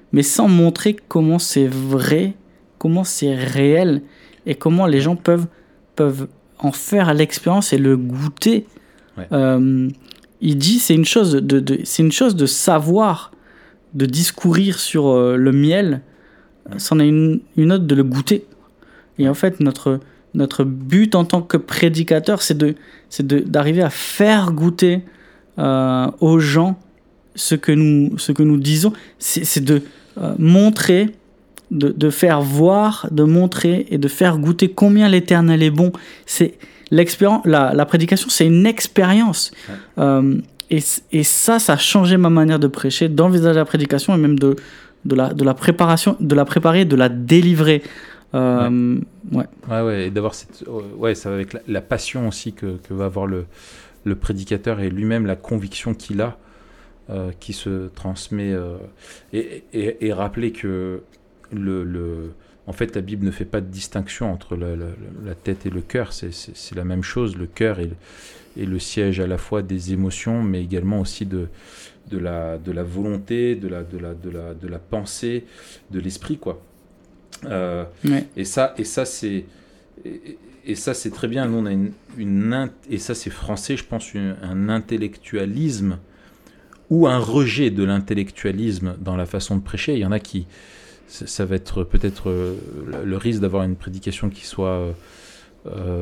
[SPEAKER 2] mais sans montrer comment c'est vrai, comment c'est réel et comment les gens peuvent, peuvent en faire l'expérience et le goûter.
[SPEAKER 1] Ouais.
[SPEAKER 2] Euh, il dit c'est une chose de, de, c'est une chose de savoir, de discourir sur euh, le miel, c'en est une, une autre de le goûter. Et en fait, notre, notre but en tant que prédicateur, c'est, de, c'est de, d'arriver à faire goûter euh, aux gens ce que nous, ce que nous disons. C'est, c'est de euh, montrer, de, de faire voir, de montrer et de faire goûter combien l'Éternel est bon. C'est l'expérience, la, la prédication, c'est une expérience.
[SPEAKER 1] Ouais.
[SPEAKER 2] Euh, et, et ça, ça a changé ma manière de prêcher, d'envisager la prédication et même de, de, la, de la préparation, de la préparer, de la délivrer. Euh, ouais.
[SPEAKER 1] ouais. Ouais, ouais, et d'avoir cette, ouais, ça va avec la, la passion aussi que, que va avoir le, le prédicateur et lui-même la conviction qu'il a, euh, qui se transmet, euh, et, et, et rappeler que le, le, en fait, la Bible ne fait pas de distinction entre la, la, la tête et le cœur. C'est, c'est, c'est la même chose. Le cœur est, est le siège à la fois des émotions, mais également aussi de, de, la, de la volonté, de la, de, la, de, la, de la pensée, de l'esprit, quoi. Euh,
[SPEAKER 2] Ouais.
[SPEAKER 1] Et ça, et ça c'est, et, et ça c'est très bien. Nous, on a une, une et ça c'est français, je pense, une, un intellectualisme ou un rejet de l'intellectualisme dans la façon de prêcher. Il y en a qui, ça, ça va être peut-être euh, le, le risque d'avoir une prédication qui soit euh,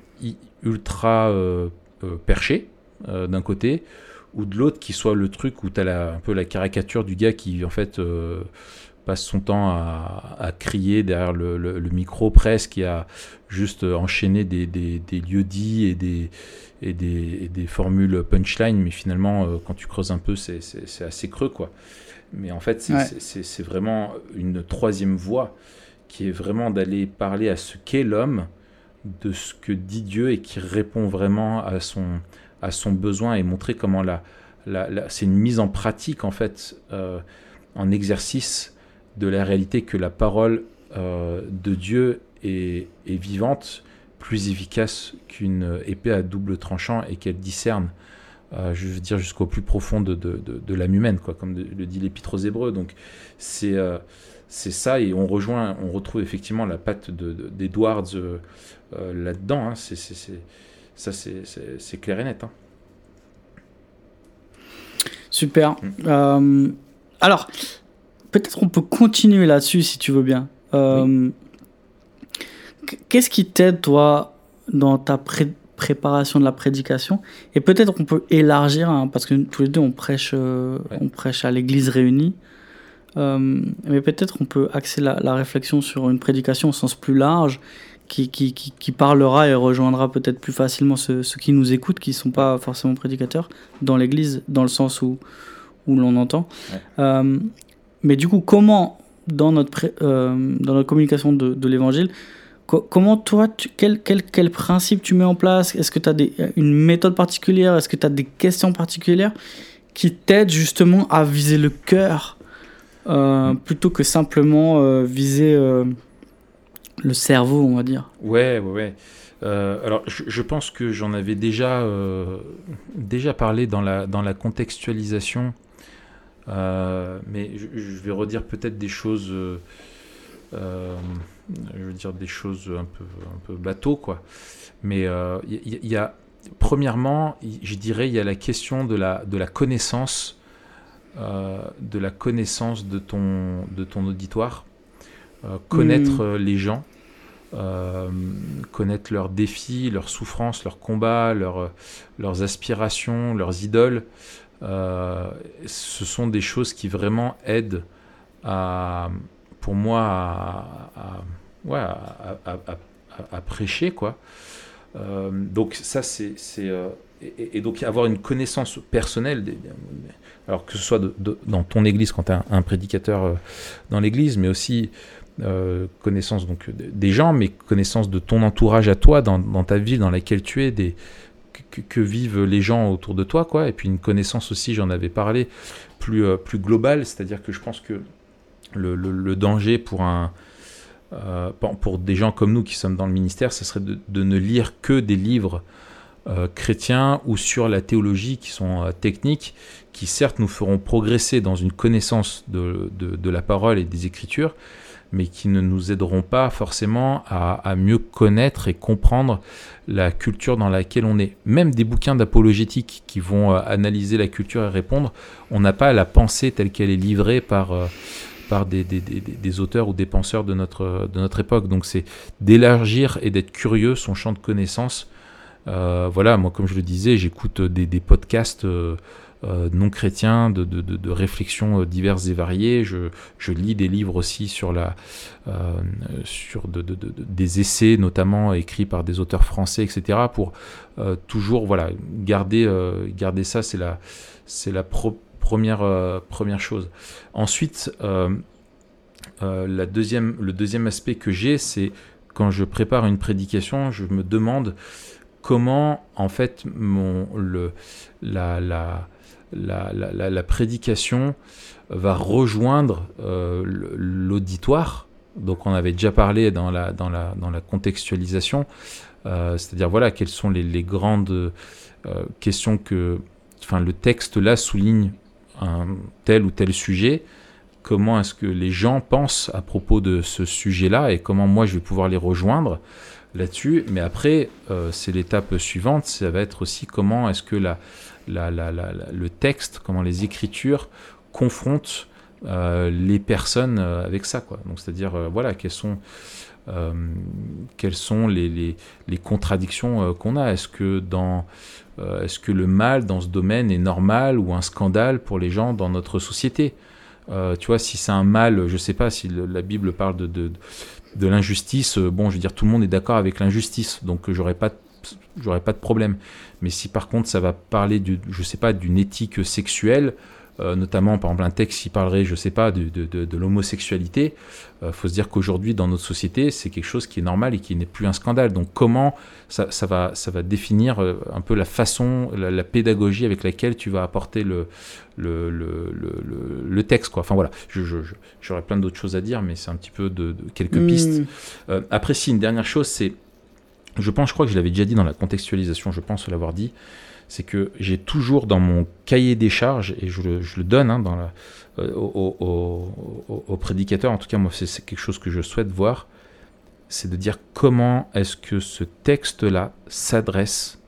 [SPEAKER 1] ultra euh, euh, perchée euh, d'un côté, ou de l'autre qui soit le truc où tu as un peu la caricature du gars qui en fait euh, passe son temps à, à crier derrière le, le, le micro presque, et à juste enchaîner des, des, des lieux-dits et des, et, des, et des formules punchline, mais finalement, euh, quand tu creuses un peu, c'est, c'est, c'est assez creux, quoi. Mais en fait, c'est,
[SPEAKER 2] Ouais.
[SPEAKER 1] c'est, c'est, c'est vraiment une troisième voie qui est vraiment d'aller parler à ce qu'est l'homme, de ce que dit Dieu, et qui répond vraiment à son, à son besoin, et montrer comment la, la, la, c'est une mise en pratique, en fait, euh, en exercice de la réalité que la parole euh, de Dieu est, est vivante, plus efficace qu'une épée à double tranchant, et qu'elle discerne, euh, je veux dire, jusqu'au plus profond de, de, de, de l'âme humaine, quoi, comme de, le dit l'Épître aux Hébreux. Donc c'est, euh, c'est ça, et on rejoint, on retrouve effectivement la patte de, de, d'Edwards euh, euh, là-dedans. Hein. C'est, c'est, c'est, ça, c'est, c'est, c'est clair et net. Hein.
[SPEAKER 2] Super.
[SPEAKER 1] Mm.
[SPEAKER 2] Euh, alors, peut-être on peut continuer là-dessus si tu veux bien. Euh,
[SPEAKER 1] Oui.
[SPEAKER 2] Qu'est-ce qui t'aide, toi, dans ta pré- préparation de la prédication? Et peut-être on peut élargir, hein, parce que tous les deux, on prêche, euh,
[SPEAKER 1] Ouais.
[SPEAKER 2] on prêche à l'église réunie. Euh, mais peut-être on peut axer la, la réflexion sur une prédication au sens plus large, qui, qui, qui, qui parlera et rejoindra peut-être plus facilement ceux, ceux qui nous écoutent, qui ne sont pas forcément prédicateurs, dans l'église, dans le sens où, où l'on entend.
[SPEAKER 1] Ouais.
[SPEAKER 2] Euh, mais du coup, comment, dans notre, pré- euh, dans notre communication de, de l'évangile, co- comment toi, tu, quel, quel, quel principe tu mets en place? Est-ce que tu as une méthode particulière? Est-ce que tu as des questions particulières qui t'aident justement à viser le cœur euh,
[SPEAKER 1] Mm.
[SPEAKER 2] plutôt que simplement euh, viser euh, le cerveau, on va dire?
[SPEAKER 1] Ouais, ouais, ouais. Euh, alors, je, je pense que j'en avais déjà, euh, déjà parlé dans la, dans la contextualisation, euh, mais je, je vais redire peut-être des choses, euh, euh, je veux dire des choses un peu, un peu bateau, quoi. Mais il euh, y, y a, premièrement, y, je dirais, il y a la question de la, de la connaissance, euh, de la connaissance de ton, de ton auditoire, euh, connaître
[SPEAKER 2] Mmh.
[SPEAKER 1] les gens. Euh, connaître leurs défis, leurs souffrances, leurs combats, leurs, leurs aspirations, leurs idoles, euh, ce sont des choses qui vraiment aident à, pour moi à, à, ouais, à, à, à, à prêcher, quoi. Euh, donc ça c'est, c'est euh, et, et donc avoir une connaissance personnelle des, des, alors que ce soit de, de, dans ton église quand tu es un, un prédicateur euh, dans l'église, mais aussi Euh, connaissance donc des gens, mais connaissance de ton entourage à toi, dans, dans ta ville dans laquelle tu es, des, que, que vivent les gens autour de toi, quoi. Et puis une connaissance aussi, j'en avais parlé, plus, euh, plus globale, c'est-à-dire que je pense que le, le, le danger pour, un, euh, pour des gens comme nous qui sommes dans le ministère, ce serait de, de ne lire que des livres euh, chrétiens ou sur la théologie qui sont euh, techniques, qui certes nous feront progresser dans une connaissance de, de, de la parole et des Écritures, mais qui ne nous aideront pas forcément à, à mieux connaître et comprendre la culture dans laquelle on est. Même des bouquins d'apologétique qui vont euh, analyser la culture et répondre, on n'a pas la pensée telle qu'elle est livrée par, euh, par des, des, des, des auteurs ou des penseurs de notre, de notre époque. Donc c'est d'élargir et d'être curieux son champ de connaissances. Euh, voilà, moi comme je le disais, j'écoute des, des podcasts euh, Euh, non chrétiens, de, de, de, de réflexions diverses et variées. Je, je lis des livres aussi sur la, euh, sur de, de, de, des essais notamment écrits par des auteurs français, et cetera. Pour euh, toujours voilà garder euh, garder ça, c'est la c'est la pro- première euh, première chose. Ensuite, euh, euh, la deuxième le deuxième aspect que j'ai, c'est quand je prépare une prédication, je me demande comment en fait mon le la la La, la, la prédication va rejoindre euh, l'auditoire. Donc on avait déjà parlé dans la, dans la, dans la contextualisation, euh, c'est-à-dire voilà, quelles sont les, les grandes euh, questions que enfin, le texte là souligne un tel ou tel sujet, comment est-ce que les gens pensent à propos de ce sujet-là et comment moi je vais pouvoir les rejoindre là-dessus. Mais après, euh, c'est l'étape suivante, ça va être aussi comment est-ce que la La, la, la, la, le texte, comment les écritures confrontent euh, les personnes euh, avec ça, quoi. Donc, c'est-à-dire, euh, voilà, quelles sont, euh, quelles sont les, les, les contradictions euh, qu'on a. Est-ce que, dans, euh, est-ce que le mal dans ce domaine est normal ou un scandale pour les gens dans notre société ? euh, Tu vois, si c'est un mal, je ne sais pas, si le, la Bible parle de, de, de l'injustice, euh, bon, je veux dire, tout le monde est d'accord avec l'injustice, donc euh, j'aurais pas j'aurais pas de problème. Mais si par contre ça va parler du, je sais pas, d'une éthique sexuelle, euh, notamment par exemple un texte qui parlerait, je sais pas, de, de, de, de l'homosexualité, il euh, faut se dire qu'aujourd'hui dans notre société c'est quelque chose qui est normal et qui n'est plus un scandale. Donc comment ça, ça, va, ça va définir euh, un peu la façon, la, la pédagogie avec laquelle tu vas apporter le, le, le, le, le, le texte, quoi. Enfin voilà, je, je, je, j'aurais plein d'autres choses à dire, mais c'est un petit peu de, de quelques mmh. pistes. Euh, après si, une dernière chose, c'est Je pense, je crois que je l'avais déjà dit dans la contextualisation, je pense l'avoir dit, c'est que j'ai toujours dans mon cahier des charges, et je le, je le donne hein, dans la, euh, aux, aux, aux, aux prédicateurs, en tout cas moi c'est, c'est quelque chose que je souhaite voir, c'est de dire comment est-ce que ce texte-là s'adresse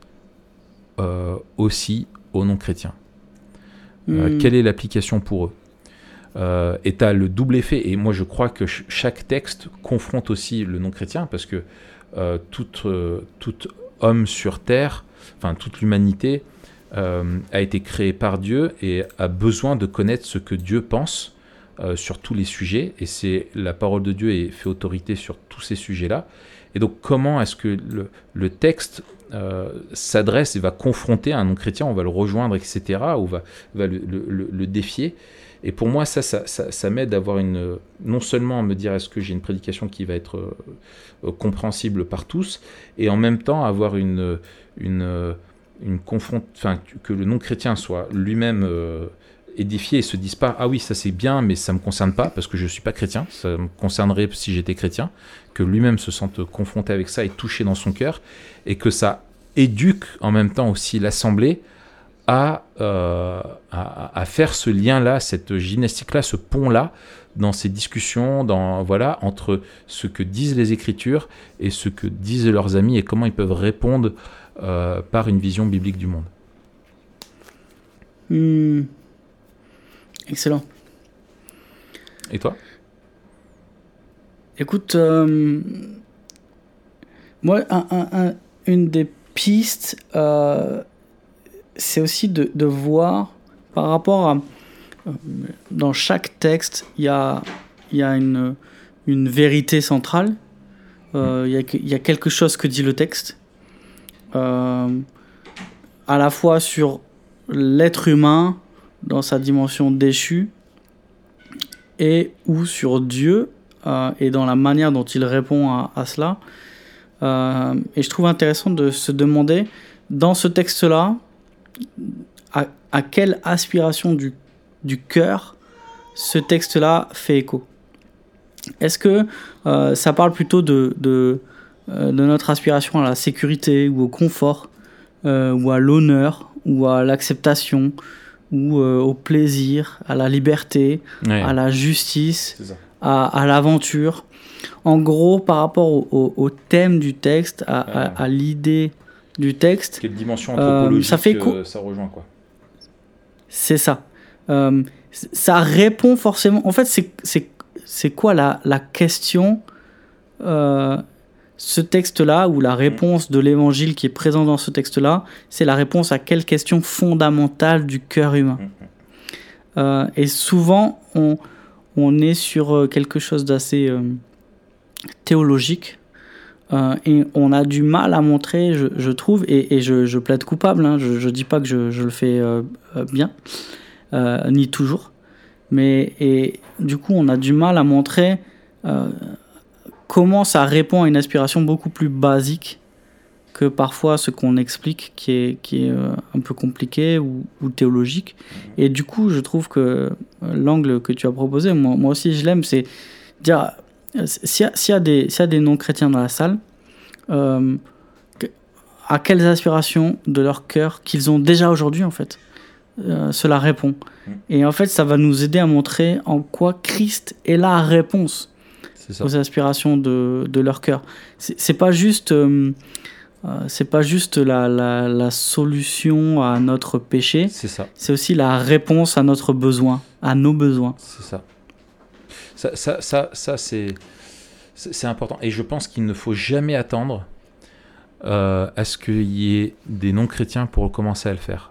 [SPEAKER 1] euh, aussi aux non-chrétiens. Mmh. Euh, quelle est l'application pour eux ? Euh, et tu as le double effet, et moi je crois que ch- chaque texte confronte aussi le non-chrétien, parce que Euh, tout, euh, tout homme sur terre, enfin toute l'humanité euh, a été créé par Dieu et a besoin de connaître ce que Dieu pense euh, sur tous les sujets, et c'est la parole de Dieu et fait autorité sur tous ces sujets-là. Et donc comment est-ce que le, le texte euh, s'adresse et va confronter un non-chrétien, on va le rejoindre, et cetera, ou va, va le, le, le défier. Et pour moi, ça, ça, ça, ça m'aide à avoir une, non seulement à me dire est-ce que j'ai une prédication qui va être euh, compréhensible par tous, et en même temps avoir une, une, une confront... enfin, que le non-chrétien soit lui-même euh, édifié et se dise pas ah oui ça c'est bien mais ça me concerne pas parce que je suis pas chrétien, ça me concernerait si j'étais chrétien, que lui-même se sente confronté avec ça et touché dans son cœur, et que ça éduque en même temps aussi l'assemblée À, euh, à, à faire ce lien-là, cette gymnastique-là, ce pont-là, dans ces discussions, dans, voilà, entre ce que disent les Écritures et ce que disent leurs amis, et comment ils peuvent répondre euh, par une vision biblique du monde.
[SPEAKER 2] Mmh. Excellent.
[SPEAKER 1] Et toi ?
[SPEAKER 2] Écoute, euh, moi, un, un, un, une des pistes... Euh, c'est aussi de, de voir par rapport à euh, dans chaque texte il y a, y a une, une vérité centrale, euh, il y a, y a quelque chose que dit le texte euh, à la fois sur l'être humain dans sa dimension déchue et ou sur Dieu euh, et dans la manière dont il répond à, à cela euh, et je trouve intéressant de se demander dans ce texte là À, à quelle aspiration du, du cœur ce texte-là fait écho ? Est-ce que euh, ça parle plutôt de, de, euh, de notre aspiration à la sécurité ou au confort euh, ou à l'honneur, ou à l'acceptation, ou euh, au plaisir, à la liberté,
[SPEAKER 1] Ouais.
[SPEAKER 2] à la justice,
[SPEAKER 1] C'est ça.
[SPEAKER 2] à, à l'aventure. En gros, par rapport au, au- au thème du texte, à, à-
[SPEAKER 1] Ouais.
[SPEAKER 2] à l'idée du texte,
[SPEAKER 1] Quelle dimension
[SPEAKER 2] Euh,
[SPEAKER 1] anthropologique
[SPEAKER 2] ça fait co-
[SPEAKER 1] euh, ça rejoint, quoi.
[SPEAKER 2] c'est ça. Euh, c- ça répond forcément. En fait, c'est, c'est, c'est quoi la, la question, euh, ce texte-là, ou la réponse de l'évangile qui est présent dans ce texte-là, c'est la réponse à quelle question fondamentale du cœur humain.
[SPEAKER 1] Mhm.
[SPEAKER 2] Euh, et souvent, on, on est sur euh, quelque chose d'assez euh, théologique. Euh, et on a du mal à montrer, je, je trouve, et, et je, je plaide coupable, hein, je ne dis pas que je, je le fais euh, euh, bien, euh, ni toujours, mais et, du coup on a du mal à montrer euh, comment ça répond à une aspiration beaucoup plus basique que parfois ce qu'on explique, qui est, qui est euh, un peu compliqué ou, ou théologique. Et du coup, je trouve que euh, l'angle que tu as proposé, moi, moi aussi je l'aime, c'est dire, euh, s'il y a, s'il y a des, s'il y a des non-chrétiens dans la salle, euh, que- à quelles aspirations de leur cœur qu'ils ont déjà aujourd'hui, en fait, euh, cela répond.
[SPEAKER 1] Mm.
[SPEAKER 2] Et en fait, ça va nous aider à montrer en quoi Christ est la réponse
[SPEAKER 1] C'est ça.
[SPEAKER 2] aux aspirations de, de leur cœur. C'est, c'est pas juste, euh, euh, c'est pas juste la, la, la solution à notre péché,
[SPEAKER 1] C'est ça.
[SPEAKER 2] c'est aussi la réponse à notre besoin, à nos besoins.
[SPEAKER 1] C'est ça. Ça, ça, ça, ça c'est, c'est c'est important. Et je pense qu'il ne faut jamais attendre euh, à ce qu'il y ait des non-chrétiens pour commencer à le faire.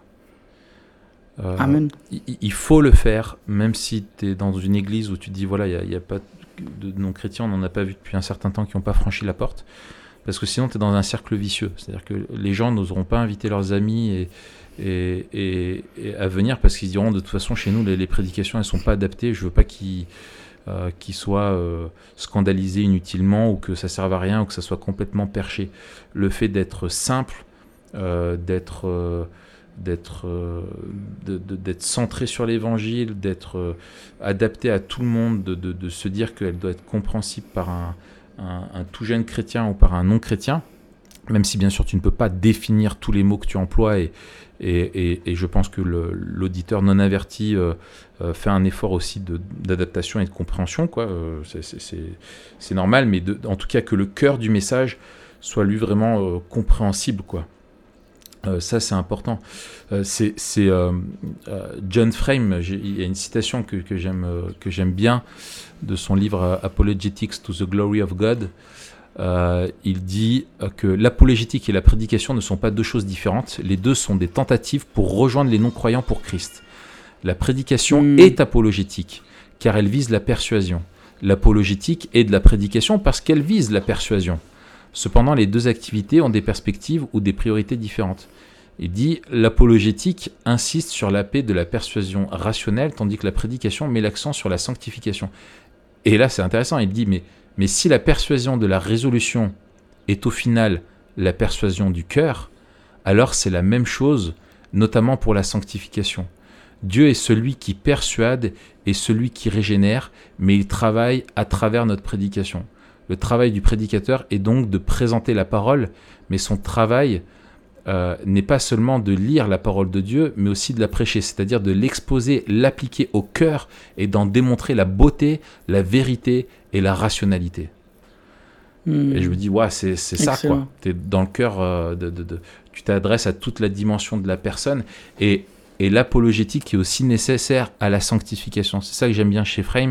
[SPEAKER 1] Euh,
[SPEAKER 2] Amen.
[SPEAKER 1] il, il faut le faire, même si tu es dans une église où tu te dis, voilà, il n'y a, a pas de non-chrétiens, on n'en a pas vu depuis un certain temps qui n'ont pas franchi la porte. Parce que sinon, tu es dans un cercle vicieux. C'est-à-dire que les gens n'oseront pas inviter leurs amis et, et, et, et à venir parce qu'ils diront, de toute façon, chez nous, les, les prédications, elles ne sont pas adaptées. Je ne veux pas qu'ils euh, qu'ils soient euh, scandalisés inutilement ou que ça ne serve à rien ou que ça soit complètement perché. Le fait d'être simple, euh, d'être... Euh, d'être euh, de, de, d'être centré sur l'évangile, d'être euh, adapté à tout le monde, de, de, de se dire qu'elle doit être compréhensible par un, un, un tout jeune chrétien ou par un non-chrétien, même si bien sûr tu ne peux pas définir tous les mots que tu emploies et, et, et, et je pense que le, l'auditeur non averti euh, euh, fait un effort aussi de, d'adaptation et de compréhension, quoi. Euh, c'est, c'est, c'est, c'est normal, mais de, en tout cas que le cœur du message soit lui vraiment euh, compréhensible, quoi. Euh, ça, c'est important. Euh, c'est c'est euh, euh, John Frame, j'ai, il y a une citation que, que, j'aime, euh, que j'aime bien de son livre euh, Apologetics to the Glory of God. Euh, il dit euh, que l'apologétique et la prédication ne sont pas deux choses différentes. Les deux sont des tentatives pour rejoindre les non-croyants pour Christ. La prédication
[SPEAKER 2] Mm.
[SPEAKER 1] est apologétique, car elle vise la persuasion. L'apologétique est de la prédication parce qu'elle vise la persuasion. Cependant, les deux activités ont des perspectives ou des priorités différentes. Il dit « L'apologétique insiste sur la paix de la persuasion rationnelle, tandis que la prédication met l'accent sur la sanctification. » Et là, c'est intéressant, il dit « Mais, mais si la persuasion de la résolution est au final la persuasion du cœur, alors c'est la même chose, notamment pour la sanctification. Dieu est celui qui persuade et celui qui régénère, mais il travaille à travers notre prédication. » Le travail du prédicateur est donc de présenter la parole, mais son travail euh, n'est pas seulement de lire la parole de Dieu, mais aussi de la prêcher, c'est-à-dire de l'exposer, l'appliquer au cœur et d'en démontrer la beauté, la vérité et la rationalité.
[SPEAKER 2] Mm.
[SPEAKER 1] Et je me dis, ouais, c'est, c'est ça,
[SPEAKER 2] Excellent.
[SPEAKER 1] quoi. T'es dans le cœur, euh, de, de, de, tu t'adresses à toute la dimension de la personne, et, et l'apologétique est aussi nécessaire à la sanctification. C'est ça que j'aime bien chez Frame,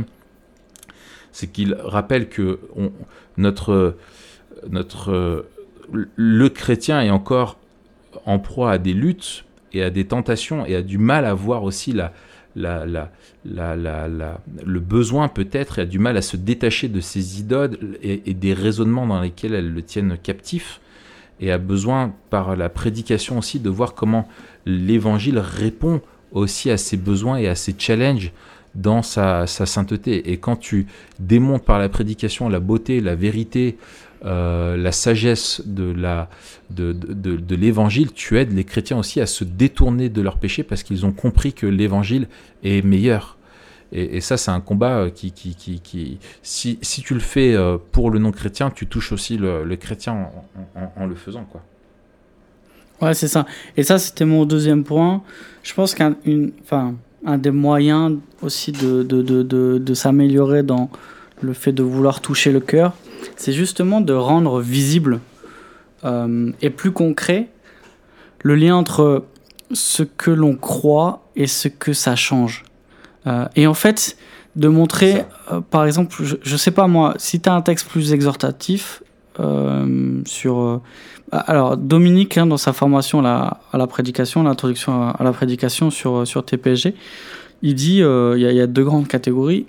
[SPEAKER 1] c'est qu'il rappelle que on, notre, notre, le chrétien est encore en proie à des luttes et à des tentations et a du mal à voir aussi la, la, la, la, la, la, le besoin peut-être, et a du mal à se détacher de ses idoles et, et des raisonnements dans lesquels elles le tiennent captif, et a besoin par la prédication aussi de voir comment l'évangile répond aussi à ses besoins et à ses challenges dans sa, sa sainteté. Et quand tu démontres par la prédication la beauté, la vérité, euh, la sagesse de, la, de, de, de, de l'évangile, tu aides les chrétiens aussi à se détourner de leurs péchés parce qu'ils ont compris que l'évangile est meilleur. Et, et ça, c'est un combat qui... qui, qui, qui si, si tu le fais pour le non-chrétien, tu touches aussi le, le chrétien en, en, en le faisant, quoi.
[SPEAKER 2] Ouais, c'est ça. Et ça, c'était mon deuxième point. Je pense qu'un une, enfin, un des moyens aussi de, de, de, de, de s'améliorer dans le fait de vouloir toucher le cœur, c'est justement de rendre visible euh, et plus concret le lien entre ce que l'on croit et ce que ça change. Euh, et en fait, de montrer, euh, par exemple, je, je sais pas moi, si tu as un texte plus exhortatif euh, sur... Euh, alors, Dominique, hein, dans sa formation là, à la prédication, l'introduction à, à la prédication sur, sur T P S G, il dit, euh, il y, y a deux grandes catégories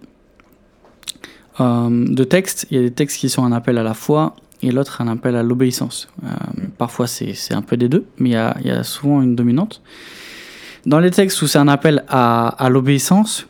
[SPEAKER 2] euh, de textes. Il y a des textes qui sont un appel à la foi et l'autre un appel à l'obéissance. Euh, parfois, c'est, c'est un peu des deux, mais il y a, y a souvent une dominante. Dans les textes où c'est un appel à, à l'obéissance,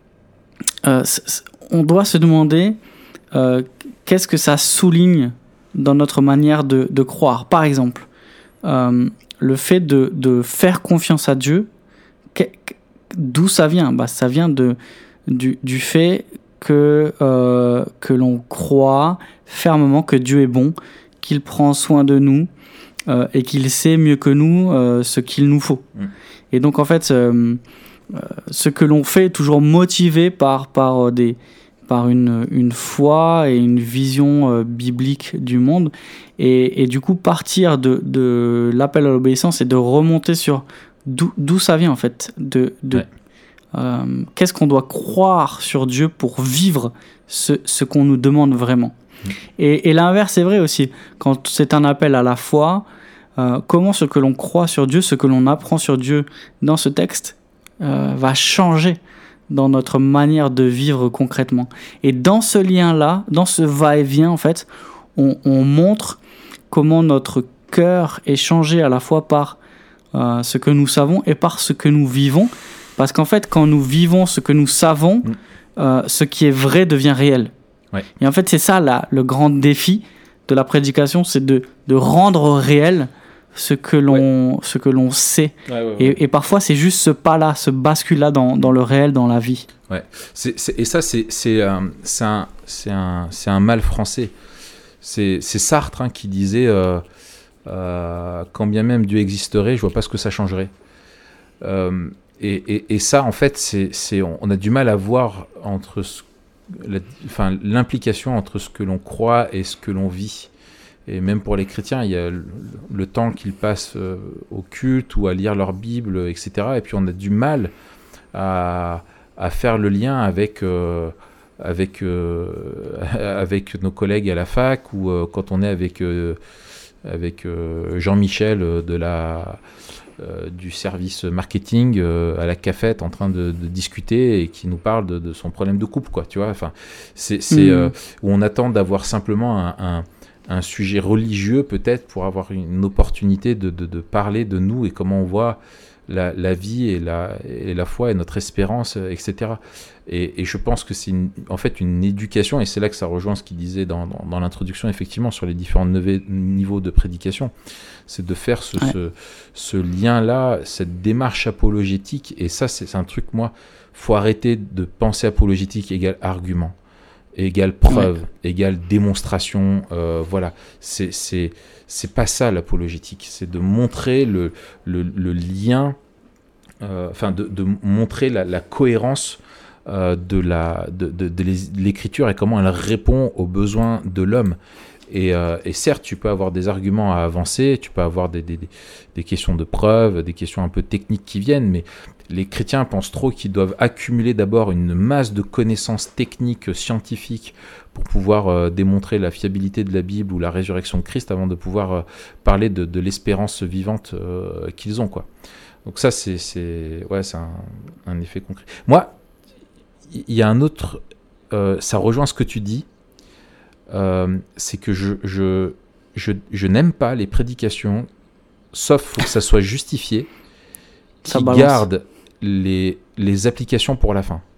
[SPEAKER 2] euh, on doit se demander euh, qu'est-ce que ça souligne dans notre manière de, de croire. Par exemple, euh, le fait de, de faire confiance à Dieu, que, d'où ça vient ? Bah, ça vient de, du, du fait que, euh, que l'on croit fermement que Dieu est bon, qu'il prend soin de nous euh, et qu'il sait mieux que nous euh, ce qu'il nous faut. Mmh. Et donc, en fait, euh, euh, ce que l'on fait est toujours motivé par, par, des, par une, une foi et une vision euh, biblique du monde. Et, et du coup, partir de, de l'appel à l'obéissance et de remonter sur d'où, d'où ça vient, en fait. De, de, ouais. euh, qu'est-ce qu'on doit croire sur Dieu pour vivre ce, ce qu'on nous demande vraiment. Mmh. Et, et l'inverse est vrai aussi. Quand c'est un appel à la foi, euh, comment ce que l'on croit sur Dieu, ce que l'on apprend sur Dieu dans ce texte, euh, va changer dans notre manière de vivre concrètement. Et dans ce lien-là, dans ce va-et-vient, en fait, on, on montre comment notre cœur est changé à la fois par euh, ce que nous savons et par ce que nous vivons. Parce qu'en fait, quand nous vivons ce que nous savons, mmh. euh, ce qui est vrai devient réel. Ouais. Et en fait, c'est ça là, le grand défi de la prédication, c'est de, de rendre réel ce que l'on, ouais. ce que l'on sait. Ouais, ouais, ouais. Et, et parfois, c'est juste ce pas-là, ce bascule-là dans, dans le réel, dans la vie.
[SPEAKER 1] Ouais. C'est, c'est, et ça, c'est, c'est, euh, c'est, un, c'est, un, c'est un mal français. C'est, c'est Sartre hein, qui disait euh, euh, « Quand bien même Dieu existerait, je ne vois pas ce que ça changerait euh, ». Et, et, et ça, en fait, c'est, c'est, on a du mal à voir entre ce, la, enfin, l'implication entre ce que l'on croit et ce que l'on vit. Et même pour les chrétiens, il y a le, le temps qu'ils passent euh, au culte ou à lire leur Bible, et cetera. Et puis on a du mal à, à faire le lien avec, euh, avec, euh, avec nos collègues à la fac ou euh, quand on est avec, euh, avec euh, Jean-Michel de la... Euh, du service marketing euh, à la cafette en train de, de discuter et qui nous parle de, de son problème de couple, quoi, tu vois. Enfin, c'est, c'est mmh. euh, où on attend d'avoir simplement un, un, un sujet religieux peut-être pour avoir une opportunité de, de, de parler de nous et comment on voit la, la vie et la, et la foi et notre espérance, et cetera. Et, et je pense que c'est une, en fait une éducation, et c'est là que ça rejoint ce qu'il disait dans, dans, dans l'introduction, effectivement, sur les différents neveux, niveaux de prédication, c'est de faire ce, ouais. ce, ce lien-là, cette démarche apologétique, et ça, c'est, c'est un truc, moi, faut arrêter de penser apologétique égale argument, égale preuve, ouais. égale démonstration, euh, voilà, c'est, c'est, c'est pas ça l'apologétique, c'est de montrer le, le, le lien, euh, enfin, de, de montrer la, la cohérence Euh, de, la, de, de, de, les, de l'écriture et comment elle répond aux besoins de l'homme. Et, euh, et certes, tu peux avoir des arguments à avancer, tu peux avoir des, des, des questions de preuve, des questions un peu techniques qui viennent, mais les chrétiens pensent trop qu'ils doivent accumuler d'abord une masse de connaissances techniques, scientifiques, pour pouvoir euh, démontrer la fiabilité de la Bible ou la résurrection de Christ avant de pouvoir euh, parler de, de l'espérance vivante euh, qu'ils ont, quoi. Donc ça, c'est, c'est, ouais, c'est un, un effet concret. Moi, il y a un autre, euh, ça rejoint ce que tu dis, euh, c'est que je, je, je, je n'aime pas les prédications, sauf faut que ça soit justifié, qui gardent les, les applications pour la fin.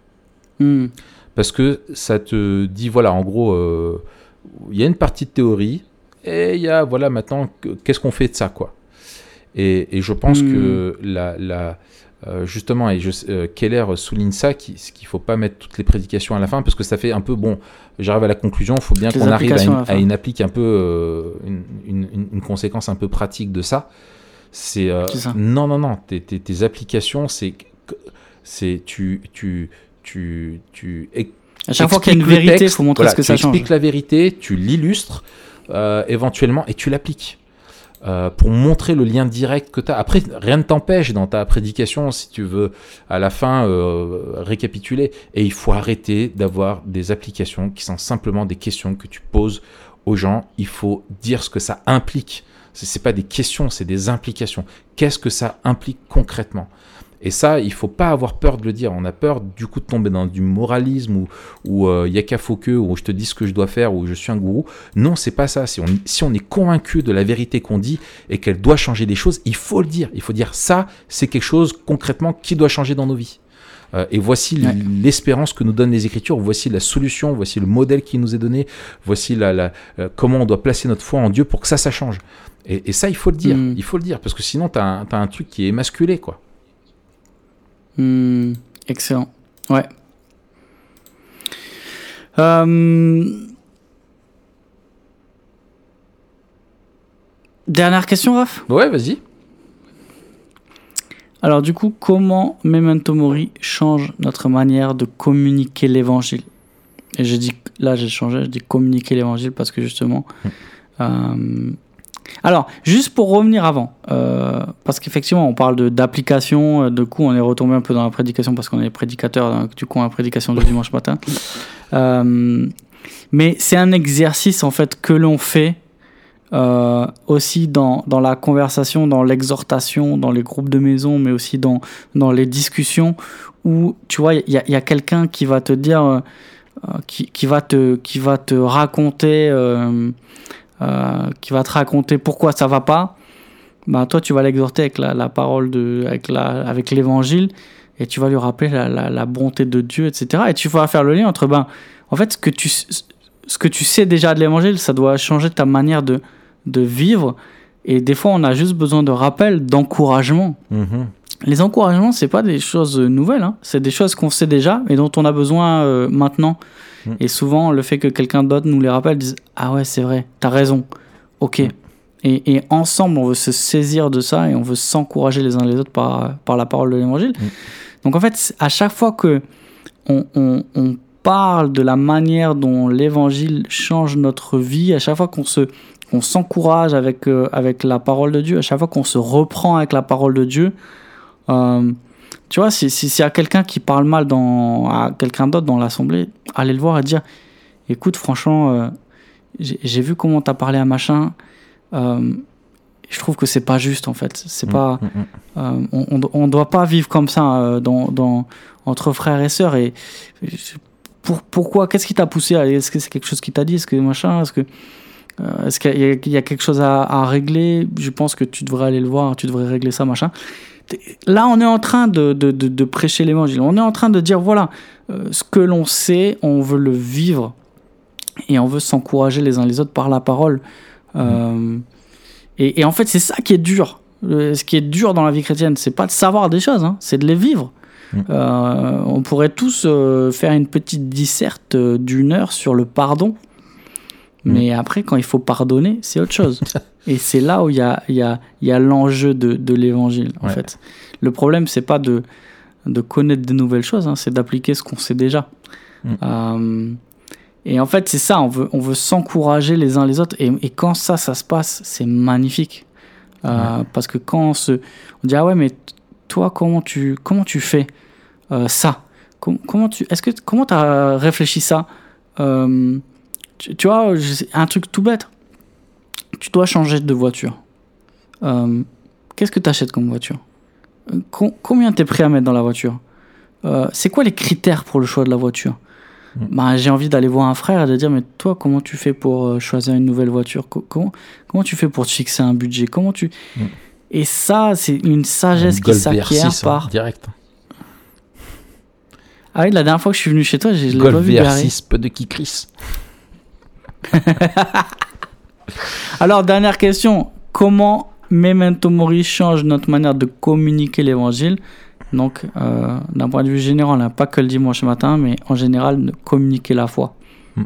[SPEAKER 1] Mm. Parce que ça te dit, voilà, en gros, euh, il y a une partie de théorie, et il y a, voilà, maintenant, qu'est-ce qu'on fait de ça, quoi. Et, et je pense mm. que la... la euh, justement, et je, euh, Keller souligne ça, qu'il ne faut pas mettre toutes les prédications à la fin, parce que ça fait un peu, bon, j'arrive à la conclusion, il faut bien
[SPEAKER 2] Les
[SPEAKER 1] qu'on arrive à une,
[SPEAKER 2] applications à la
[SPEAKER 1] à
[SPEAKER 2] fin.
[SPEAKER 1] une applique un peu, euh, une, une, une conséquence un peu pratique de ça. C'est, euh,
[SPEAKER 2] C'est ça.
[SPEAKER 1] non, non, non, tes, tes, tes applications, c'est, c'est tu, tu, tu, tu,
[SPEAKER 2] À chaque fois qu'il y a une
[SPEAKER 1] expliques le
[SPEAKER 2] vérité, il
[SPEAKER 1] texte,
[SPEAKER 2] faut montrer
[SPEAKER 1] voilà,
[SPEAKER 2] ce que
[SPEAKER 1] tu
[SPEAKER 2] ça change.
[SPEAKER 1] expliques la vérité, tu l'illustres euh, éventuellement et tu l'appliques. Euh, pour montrer le lien direct que tu as. Après, rien ne t'empêche dans ta prédication, si tu veux, à la fin, euh, récapituler. Et il faut arrêter d'avoir des applications qui sont simplement des questions que tu poses aux gens. Il faut dire ce que ça implique. Ce n'est pas des questions, c'est des implications. Qu'est-ce que ça implique concrètement ? Et ça, il ne faut pas avoir peur de le dire. On a peur du coup de tomber dans du moralisme où il où, euh, y a qu'à faut que, où je te dis ce que je dois faire, où je suis un gourou. Non, c'est pas ça. Si on, si on est convaincu de la vérité qu'on dit et qu'elle doit changer des choses, il faut le dire. Il faut dire ça, c'est quelque chose concrètement qui doit changer dans nos vies. Euh, et voici ouais. l'espérance que nous donnent les Écritures. Voici la solution, voici le modèle qui nous est donné. Voici la, la, euh, comment on doit placer notre foi en Dieu pour que ça, ça change. Et, et ça, il faut le dire. Mm. Il faut le dire parce que sinon, tu as un truc qui est émasculé, quoi.
[SPEAKER 2] Mmh, excellent. Ouais. Euh... Dernière question, Raph ?
[SPEAKER 1] Ouais, vas-y.
[SPEAKER 2] Alors du coup, comment Memento Mori change notre manière de communiquer l'évangile ? Et je dis, là j'ai changé, je dis communiquer l'évangile parce que justement... Mmh. Euh... Alors, juste pour revenir avant, euh, parce qu'effectivement, on parle de, d'application, de coup, on est retombé un peu dans la prédication parce qu'on est prédicateur, donc, du coup, on a la prédication du dimanche matin. Euh, mais c'est un exercice, en fait, que l'on fait euh, aussi dans, dans la conversation, dans l'exhortation, dans les groupes de maison, mais aussi dans, dans les discussions où, tu vois, il y a, y a quelqu'un qui va te dire, euh, qui, qui, va te, qui va te raconter... Euh, Euh, qui va te raconter pourquoi ça va pas, bah toi tu vas l'exhorter avec la, la parole de, avec la, avec l'évangile et tu vas lui rappeler la, la, la bonté de Dieu, et cetera. Et tu vas faire le lien entre ben en fait ce que tu ce que tu sais déjà de l'évangile, ça doit changer ta manière de de vivre. Et des fois on a juste besoin de rappel, d'encouragement. Mm-hmm. Les encouragements c'est pas des choses nouvelles, hein. C'est des choses qu'on sait déjà et dont on a besoin euh, maintenant. Et souvent, le fait que quelqu'un d'autre nous les rappelle, dise « Ah ouais, c'est vrai, t'as raison, ok. » Et, et ensemble, on veut se saisir de ça et on veut s'encourager les uns les autres par, par la parole de l'Évangile. Mm. Donc en fait, à chaque fois qu'on on, on parle de la manière dont l'Évangile change notre vie, à chaque fois qu'on se, qu'on s'encourage avec, euh, avec la parole de Dieu, à chaque fois qu'on se reprend avec la parole de Dieu, euh, tu vois, si, si, s'il y a quelqu'un qui parle mal dans, à quelqu'un d'autre dans l'assemblée, allez le voir et dire « Écoute, franchement, euh, j'ai, j'ai vu comment t'as parlé à machin. Euh, je trouve que c'est pas juste, en fait. C'est mmh, pas, mmh. Euh, on, on doit pas vivre comme ça euh, dans, dans, entre frères et sœurs. Et, pour, pourquoi, qu'est-ce qui t'a poussé à, est-ce que c'est quelque chose qui t'a dit? Est-ce que machin, est-ce que, euh, est-ce qu'il y a, il y a quelque chose à, à régler? Je pense que tu devrais aller le voir, tu devrais régler ça, machin. » Là, on est en train de, de, de, de prêcher l'évangile. On est en train de dire, voilà, euh, ce que l'on sait, on veut le vivre et on veut s'encourager les uns les autres par la parole. Euh, mmh. et, et en fait, c'est ça qui est dur. Le, ce qui est dur dans la vie chrétienne, c'est pas de savoir des choses, hein, c'est de les vivre. Mmh. Euh, on pourrait tous euh, faire une petite disserte d'une heure sur le pardon. Mais mmh. après, quand il faut pardonner, c'est autre chose. Et c'est là où il y a, y a, y a l'enjeu de, de l'évangile, en ouais. fait. Le problème, c'est pas de, de connaître de nouvelles choses, hein, c'est d'appliquer ce qu'on sait déjà. Mmh. Euh, et en fait, c'est ça, on veut, on veut s'encourager les uns les autres. Et, et quand ça, ça se passe, c'est magnifique. Euh, ouais. Parce que quand on se... On dit, ah ouais, mais toi, comment tu, comment tu fais euh, ça Com- comment tu, est-ce que, comment tu as réfléchi ça euh, tu, tu vois, un truc tout bête. Tu dois changer de voiture. Euh, qu'est-ce que tu achètes comme voiture? Com- Combien tu es prêt à mettre dans la voiture? euh, C'est quoi les critères pour le choix de la voiture? mmh. bah, J'ai envie d'aller voir un frère et de dire, mais toi, comment tu fais pour choisir une nouvelle voiture? Co- comment, comment tu fais pour te fixer un budget? Comment tu... mmh. Et ça, c'est une sagesse une qui s'acquiert R six, par...
[SPEAKER 1] Hein, direct.
[SPEAKER 2] Ah oui, la dernière fois que je suis venu chez toi, je l'ai
[SPEAKER 1] Golf
[SPEAKER 2] pas vu
[SPEAKER 1] V R
[SPEAKER 2] garer.
[SPEAKER 1] six, peu de qui crisse.
[SPEAKER 2] Alors, dernière question. Comment Memento Mori change notre manière de communiquer l'évangile? Donc, euh, d'un point de vue général, hein, pas que le dimanche matin, mais en général, de communiquer la foi.
[SPEAKER 1] Mm.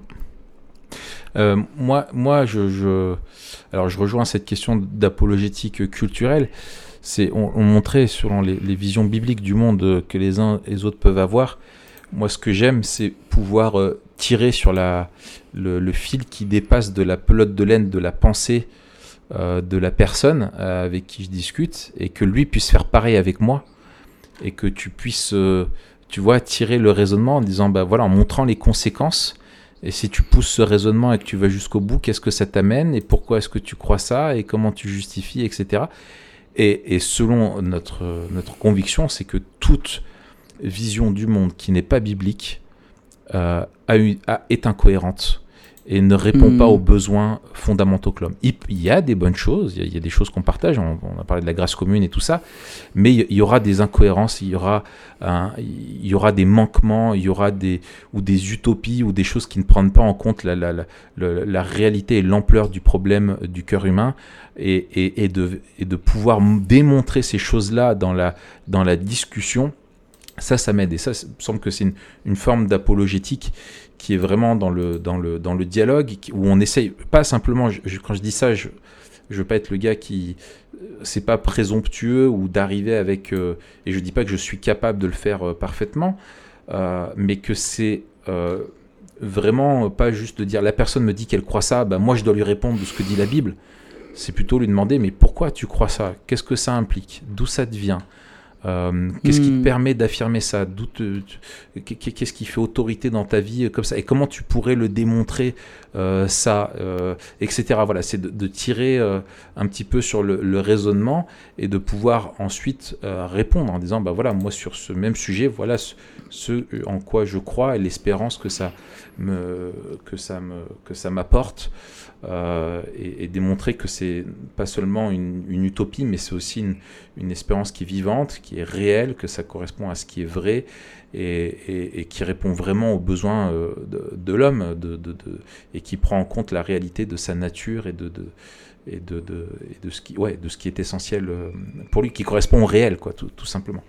[SPEAKER 1] Euh, moi, moi je, je, alors je rejoins cette question d'apologétique culturelle. C'est, on, on montrait selon les, les visions bibliques du monde que les uns et les autres peuvent avoir. Moi, ce que j'aime, c'est pouvoir euh, tirer sur la, le, le fil qui dépasse de la pelote de laine de la pensée euh, de la personne euh, avec qui je discute, et que lui puisse faire pareil avec moi, et que tu puisses, euh, tu vois, tirer le raisonnement en disant, bah voilà, en montrant les conséquences. Et si tu pousses ce raisonnement et que tu vas jusqu'au bout, qu'est-ce que ça t'amène et pourquoi est-ce que tu crois ça et comment tu justifies, et cetera. Et, et selon notre, notre conviction, c'est que toute vision du monde qui n'est pas biblique euh, a eu, a, est incohérente et ne répond mmh. pas aux besoins fondamentaux que l'homme. Il, il y a des bonnes choses, il y a, il y a des choses qu'on partage, on, on a parlé de la grâce commune et tout ça, mais il y aura des incohérences, il y aura, un, il y aura des manquements, il y aura des, ou des utopies ou des choses qui ne prennent pas en compte la, la, la, la, la réalité et l'ampleur du problème du cœur humain, et, et, et, de, et de pouvoir démontrer ces choses-là dans la, dans la discussion. Ça, ça m'aide. Et ça, il me semble que c'est une, une forme d'apologétique qui est vraiment dans le, dans le, dans le dialogue, où on essaye, pas simplement, je, quand je dis ça, je ne veux pas être le gars qui, c'est pas présomptueux ou d'arriver avec, euh, et je dis pas que je suis capable de le faire euh, parfaitement, euh, mais que c'est euh, vraiment pas juste de dire, la personne me dit qu'elle croit ça, bah moi je dois lui répondre de ce que dit la Bible. C'est plutôt lui demander, mais pourquoi tu crois ça ? Qu'est-ce que ça implique ? D'où ça te vient ? Euh, qu'est-ce mmh. qui te permet d'affirmer ça ? D'où te, qu'est-ce qui fait autorité dans ta vie comme ça ? Et comment tu pourrais le démontrer euh, ça, euh, et cetera. Voilà, c'est de, de tirer euh, un petit peu sur le, le raisonnement et de pouvoir ensuite euh, répondre en disant, bah voilà, moi sur ce même sujet, voilà ce, ce en quoi je crois et l'espérance que ça me, que ça me, que ça m'apporte. Euh, et, et démontrer que c'est pas seulement une, une utopie, mais c'est aussi une, une espérance qui est vivante, qui est réelle, que ça correspond à ce qui est vrai et, et, et qui répond vraiment aux besoins euh, de, de l'homme de, de, de, et qui prend en compte la réalité de sa nature et de, de, et de, de, et de, ce, qui, ouais, de ce qui est essentiel pour lui, qui correspond au réel, quoi, tout, tout simplement.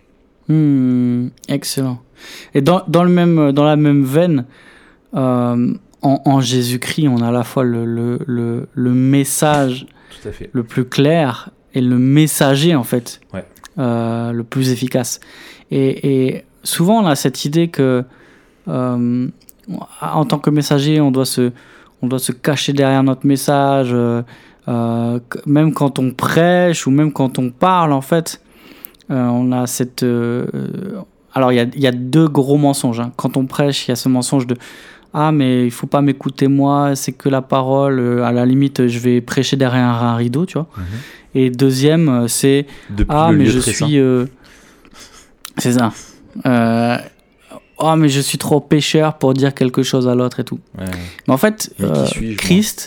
[SPEAKER 2] Mmh, excellent. Et dans, dans, le même, dans la même veine, euh, En, en Jésus-Christ, on a à la fois le, le, le, le message
[SPEAKER 1] Tout à fait.
[SPEAKER 2] le plus clair et le messager, en fait,
[SPEAKER 1] ouais.
[SPEAKER 2] euh, le plus efficace. Et, et souvent, on a cette idée que, euh, en tant que messager, on doit se, on doit se cacher derrière notre message, euh, euh, même quand on prêche ou même quand on parle, en fait, euh, on a cette... Euh, alors, il y a, y a deux gros mensonges. Hein. Quand on prêche, il y a ce mensonge de... Ah, mais il faut pas m'écouter moi, c'est que la parole, à la limite, je vais prêcher derrière un rideau, tu vois. Mm-hmm. Et deuxième, c'est
[SPEAKER 1] Depuis
[SPEAKER 2] ah, mais je
[SPEAKER 1] très
[SPEAKER 2] suis. Euh... C'est ça. Euh... Oh, mais je suis trop pécheur pour dire quelque chose à l'autre et tout. Ouais. Mais en fait, euh, Christ,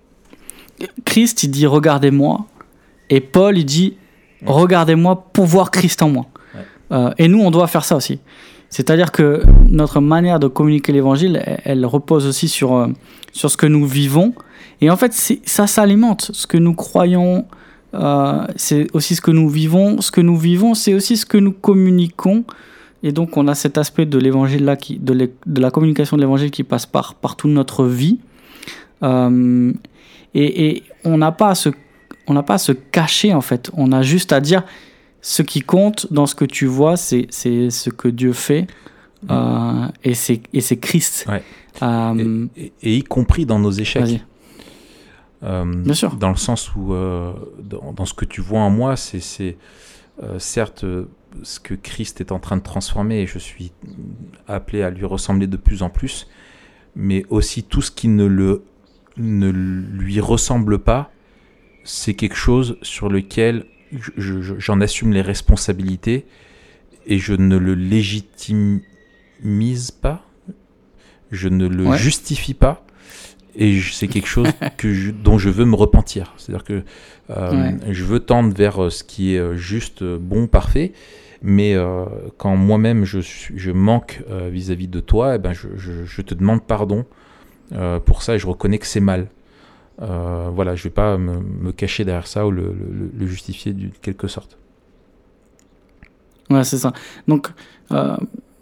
[SPEAKER 2] Christ, il dit regardez-moi, et Paul, il dit ouais. regardez-moi pour voir Christ en moi. Ouais. Euh, et nous, on doit faire ça aussi. C'est-à-dire que notre manière de communiquer l'évangile, elle, elle repose aussi sur, euh, sur ce que nous vivons. Et en fait, c'est, ça s'alimente. Ce que nous croyons, euh, c'est aussi ce que nous vivons. Ce que nous vivons, c'est aussi ce que nous communiquons. Et donc, on a cet aspect de l'évangile là, qui, de, l'é, de la communication de l'évangile qui passe par, par toute notre vie. Euh, et, et on n'a pas à se, on n'a pas à se cacher, en fait. On a juste à dire... Ce qui compte dans ce que tu vois, c'est, c'est ce que Dieu fait, mmh. euh, et, c'est, et c'est Christ.
[SPEAKER 1] Ouais.
[SPEAKER 2] Euh,
[SPEAKER 1] et, et, et y compris dans nos échecs. Euh,
[SPEAKER 2] Bien sûr.
[SPEAKER 1] Dans le sens où, euh, dans, dans ce que tu vois en moi, c'est, c'est euh, certes euh, ce que Christ est en train de transformer, et je suis appelé à lui ressembler de plus en plus, mais aussi tout ce qui ne, le, ne lui ressemble pas, c'est quelque chose sur lequel... Je, je, j'en assume les responsabilités et je ne le légitimise pas, je ne le ouais. justifie pas, et je, c'est quelque chose que je, dont je veux me repentir. C'est-à-dire que euh, ouais. je veux tendre vers ce qui est juste, bon, parfait, mais euh, quand moi-même je, je manque euh, vis-à-vis de toi, eh ben je, je, je te demande pardon euh, pour ça, et je reconnais que c'est mal. Euh, voilà, je ne vais pas me, me cacher derrière ça ou le, le, le justifier de quelque sorte.
[SPEAKER 2] Ouais, c'est ça. Donc, euh...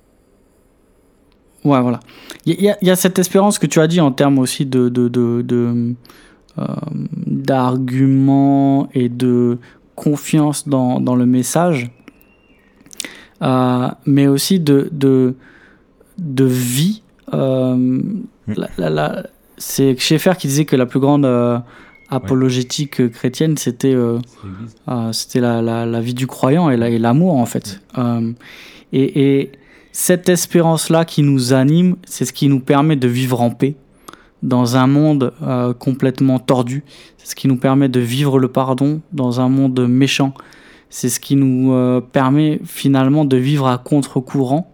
[SPEAKER 2] ouais, voilà. Il y, y, y a cette espérance que tu as dit en termes aussi de, de, de, de euh, d'arguments et de confiance dans, dans le message, euh, mais aussi de, de, de vie. Euh, mmh. la, la, la, c'est Schaeffer qui disait que la plus grande euh, apologétique ouais. chrétienne, c'était, euh, euh, c'était la, la, la vie du croyant et, la, et l'amour, en fait. Ouais. Euh, et, et cette espérance-là qui nous anime, c'est ce qui nous permet de vivre en paix dans un monde euh, complètement tordu. C'est ce qui nous permet de vivre le pardon dans un monde méchant. C'est ce qui nous euh, permet finalement de vivre à contre-courant.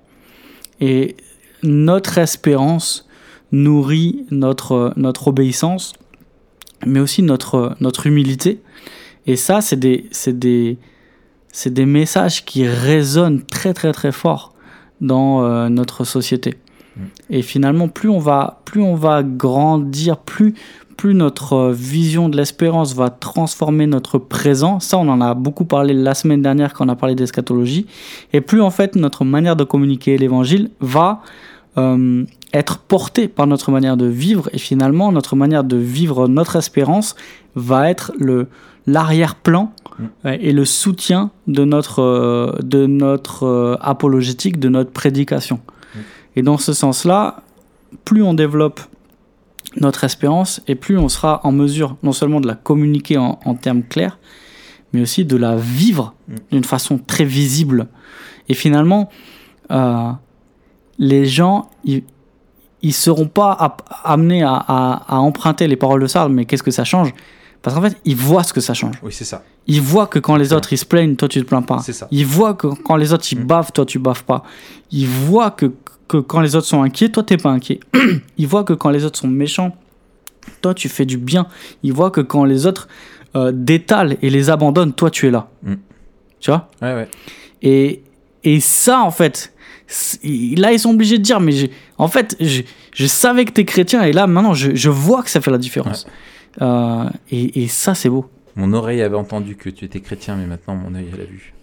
[SPEAKER 2] Et notre espérance nourrit notre, notre obéissance, mais aussi notre, notre humilité. Et ça, c'est des, c'est des, c'est des messages qui résonnent très très très fort dans euh, notre société. Mmh. Et finalement, plus on va, plus on va grandir, plus, plus notre vision de l'espérance va transformer notre présent. Ça, on en a beaucoup parlé la semaine dernière quand on a parlé d'eschatologie. Et plus en fait, notre manière de communiquer l'évangile va euh, être portée par notre manière de vivre. Et finalement, notre manière de vivre notre espérance va être le, l'arrière-plan mmh. et le soutien de notre, euh, de notre euh, apologétique, de notre prédication. Mmh. Et dans ce sens-là, plus on développe notre espérance et plus on sera en mesure non seulement de la communiquer en, en termes clairs, mais aussi de la vivre mmh. d'une façon très visible. Et finalement, euh, les gens, ils ne seront pas à, amenés à, à, à emprunter les paroles de Sartre, mais qu'est-ce que ça change ? Parce qu'en fait, ils voient ce que ça change.
[SPEAKER 1] Oui, c'est ça.
[SPEAKER 2] Ils voient que quand les autres ils se plaignent, toi tu te plains pas.
[SPEAKER 1] C'est ça.
[SPEAKER 2] Ils voient que quand les autres ils mmh. bavent, toi tu baves pas. Ils voient que, que quand les autres sont inquiets, toi t'es pas inquiet. Ils voient que quand les autres sont méchants, toi tu fais du bien. Ils voient que quand les autres euh, détalent et les abandonnent, toi tu es là. Mmh. Tu vois ?
[SPEAKER 1] Ouais, ouais.
[SPEAKER 2] Et, et ça, en fait, là ils sont obligés de dire, mais je, en fait, je, je savais que t'es chrétien et là maintenant je, je vois que ça fait la différence. Ouais. Euh, et, et ça, c'est beau.
[SPEAKER 1] Mon oreille avait entendu que tu étais chrétien, mais maintenant mon œil l'a vu.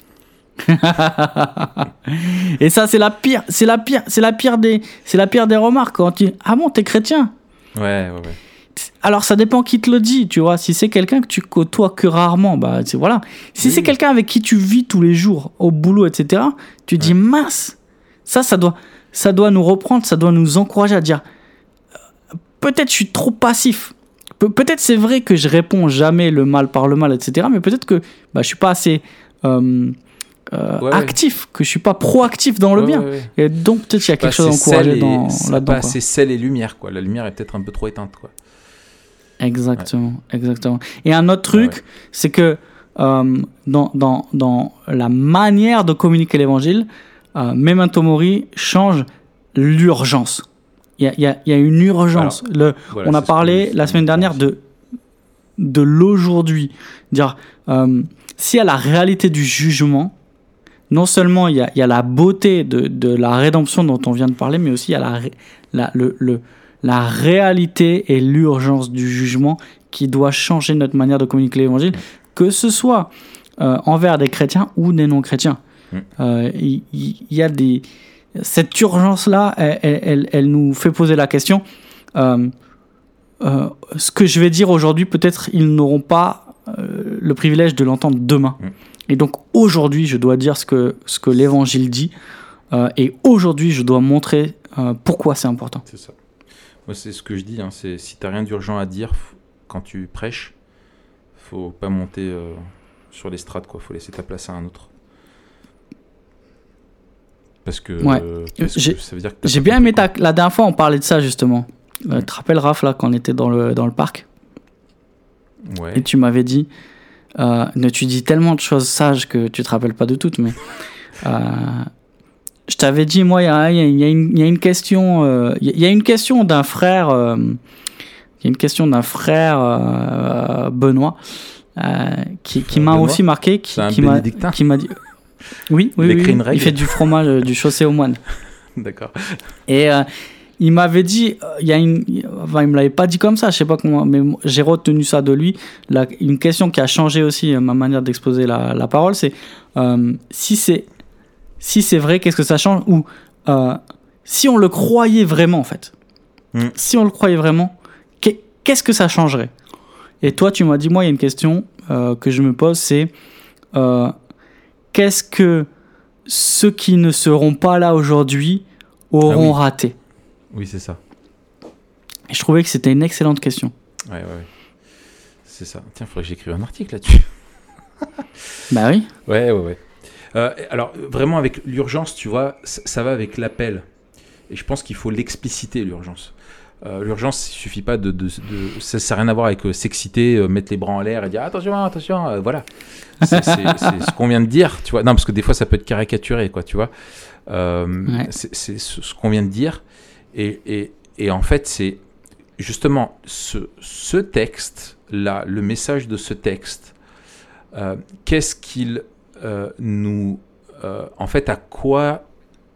[SPEAKER 2] Et ça, c'est la pire, c'est la pire, c'est la pire des, c'est la pire des remarques quand tu, ah bon, t'es chrétien.
[SPEAKER 1] Ouais, ouais, ouais.
[SPEAKER 2] Alors ça dépend qui te le dit, tu vois. Si c'est quelqu'un que tu côtoies que rarement, bah c'est voilà. Si oui. c'est quelqu'un avec qui tu vis tous les jours au boulot, et cetera, tu ouais. dis mince. Ça, ça doit, ça doit nous reprendre, ça doit nous encourager à dire, euh, peut-être je suis trop passif. Peut-être c'est vrai que je réponds jamais le mal par le mal, et cetera. Mais peut-être que bah, je suis pas assez euh, euh, ouais, actif, ouais. que je suis pas proactif dans le ouais, bien. Ouais, ouais. Et donc peut-être qu'il y a quelque chose à encourager dans, là-dedans.
[SPEAKER 1] Pas assez sel et lumière, quoi. La lumière est peut-être un peu trop éteinte, quoi.
[SPEAKER 2] Exactement, ouais. exactement. Et un autre truc, ouais, ouais. c'est que euh, dans, dans, dans la manière de communiquer l'évangile, euh, Memento Mori change l'urgence. Il y, y, y a une urgence. Alors, le, voilà, on a parlé la semaine dernière de, de l'aujourd'hui. Dire, euh, s'il y a la réalité du jugement, non seulement il y a, y a la beauté de, de la rédemption dont on vient de parler, mais aussi il y a la, la, le, le, la réalité et l'urgence du jugement qui doit changer notre manière de communiquer l'évangile, que ce soit euh, envers des chrétiens ou des non-chrétiens. Il euh, y, y, y a des... Cette urgence-là, elle, elle, elle nous fait poser la question. Euh, euh, ce que je vais dire aujourd'hui, peut-être ils n'auront pas euh, le privilège de l'entendre demain. Mmh. Et donc aujourd'hui, je dois dire ce que, ce que l'Évangile dit. Euh, et aujourd'hui, je dois montrer euh, pourquoi c'est important.
[SPEAKER 1] C'est ça. Moi, c'est ce que je dis. Hein, c'est, si tu n'as rien d'urgent à dire f- quand tu prêches, il ne faut pas monter euh, sur l'estrade. Il faut laisser ta place à un autre. Parce que,
[SPEAKER 2] ouais.
[SPEAKER 1] parce
[SPEAKER 2] j'ai,
[SPEAKER 1] que ça veut dire que
[SPEAKER 2] j'ai bien aimé ta, la dernière fois on parlait de ça justement. Euh, tu te rappelles Raph là quand on était dans le, dans le parc
[SPEAKER 1] ouais.
[SPEAKER 2] Et tu m'avais dit euh, tu dis tellement de choses sages que tu te rappelles pas de toutes, mais euh, je t'avais dit moi il y a, y, a, y, a y a une question il euh, y a une question d'un frère il euh, y a une question d'un frère euh, Benoît euh, qui, qui m'a Benoît aussi marqué qui,
[SPEAKER 1] c'est un
[SPEAKER 2] qui,
[SPEAKER 1] bénédictin.
[SPEAKER 2] m'a, qui m'a dit oui, oui,
[SPEAKER 1] il,
[SPEAKER 2] oui, oui. il fait du fromage, euh, du chaussé aux moines.
[SPEAKER 1] D'accord.
[SPEAKER 2] Et euh, il m'avait dit, il y a une, enfin, il me l'avait pas dit comme ça, je sais pas comment, mais j'ai retenu ça de lui. La, une question qui a changé aussi euh, ma manière d'exposer la, la parole, c'est euh, si c'est si c'est vrai, qu'est-ce que ça change? Ou euh, si on le croyait vraiment, en fait. Mm. Si on le croyait vraiment, qu'est-ce que ça changerait? Et toi, tu m'as dit, moi, il y a une question euh, que je me pose, c'est euh, qu'est-ce que ceux qui ne seront pas là aujourd'hui auront ah oui. raté?
[SPEAKER 1] Oui, c'est ça.
[SPEAKER 2] Et je trouvais que c'était une excellente question.
[SPEAKER 1] Ouais, ouais, ouais. C'est ça. Tiens, il faudrait que j'écrive un article là-dessus.
[SPEAKER 2] Bah oui.
[SPEAKER 1] Ouais, ouais, ouais. Euh, alors, vraiment, avec l'urgence, tu vois, ça, ça va avec l'appel. Et je pense qu'il faut l'expliciter, l'urgence. Euh, l'urgence, il suffit pas de, de, de ça n'a rien à voir avec euh, s'exciter, euh, mettre les bras en l'air et dire attention, attention, euh, voilà. C'est, c'est, c'est ce qu'on vient de dire, tu vois. Non, parce que des fois, ça peut être caricaturé, quoi, tu vois. Euh, ouais. c'est, c'est ce qu'on vient de dire. Et, et, et en fait, c'est justement ce, ce texte-là, le message de ce texte, euh, qu'est-ce qu'il euh, nous... Euh, en fait, à quoi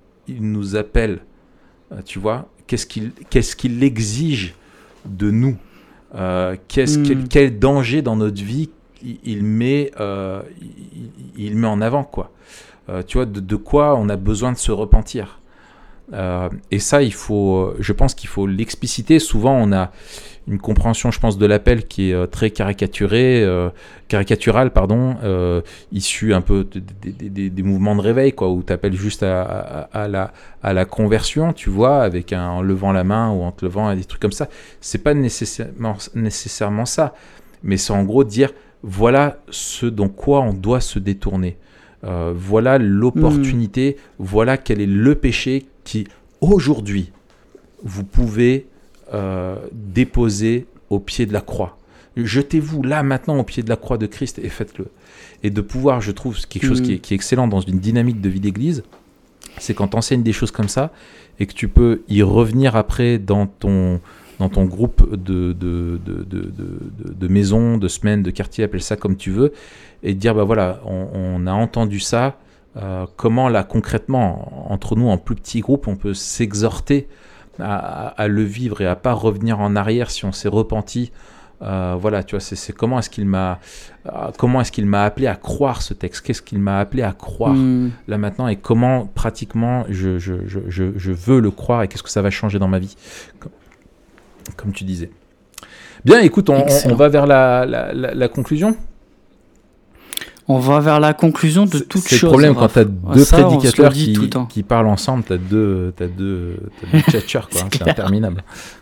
[SPEAKER 1] il nous appelle, euh, tu vois? Qu'est-ce qu'il, qu'est-ce qu'il exige de nous? euh, qu'est-ce, mmh. quel, quel danger dans notre vie il, il, met, euh, il, il met en avant, quoi. Euh, tu vois, de, de quoi on a besoin de se repentir. Euh, et ça, il faut, je pense qu'il faut l'expliciter. Souvent, on a une compréhension, je pense, de l'appel qui est euh, très caricaturée, euh, caricaturale, pardon, euh, issue un peu des, des, des, des mouvements de réveil, quoi, où tu appelles juste à, à, à, la, à la conversion, tu vois, avec un, en levant la main ou en te levant, des trucs comme ça. C'est pas nécessairement, nécessairement ça, mais c'est en gros dire, voilà ce dont quoi on doit se détourner. Euh, voilà l'opportunité, mmh. voilà quel est le péché qui, aujourd'hui, vous pouvez euh, déposer au pied de la croix. Jetez-vous là, maintenant, au pied de la croix de Christ et faites-le. Et de pouvoir, je trouve, quelque mmh. chose qui est, qui est excellent dans une dynamique de vie d'église, c'est quand tu enseignes des choses comme ça et que tu peux y revenir après dans ton, dans ton groupe de, de, de, de, de, de maisons, de semaines, de quartiers, appelle ça comme tu veux, et dire, bah voilà, on, on a entendu ça, euh, comment là, concrètement, entre nous, en plus petit groupe, on peut s'exhorter à, à, à le vivre et à pas revenir en arrière si on s'est repenti. Euh, voilà, tu vois, c'est, c'est comment est-ce qu'il m'a, euh, comment est-ce qu'il m'a appelé à croire ce texte, qu'est-ce qu'il m'a appelé à croire mmh. là maintenant, et comment pratiquement je, je, je, je, je veux le croire et qu'est-ce que ça va changer dans ma vie, comme, comme tu disais. Bien, écoute, on, on, on va vers la, la, la, la conclusion.
[SPEAKER 2] On va vers la conclusion de toute chose.
[SPEAKER 1] C'est le problème quand tu as deux ça, prédicateurs qui, qui parlent ensemble, tu as deux, t'as deux, t'as deux tchatchers, quoi. C'est, c'est interminable.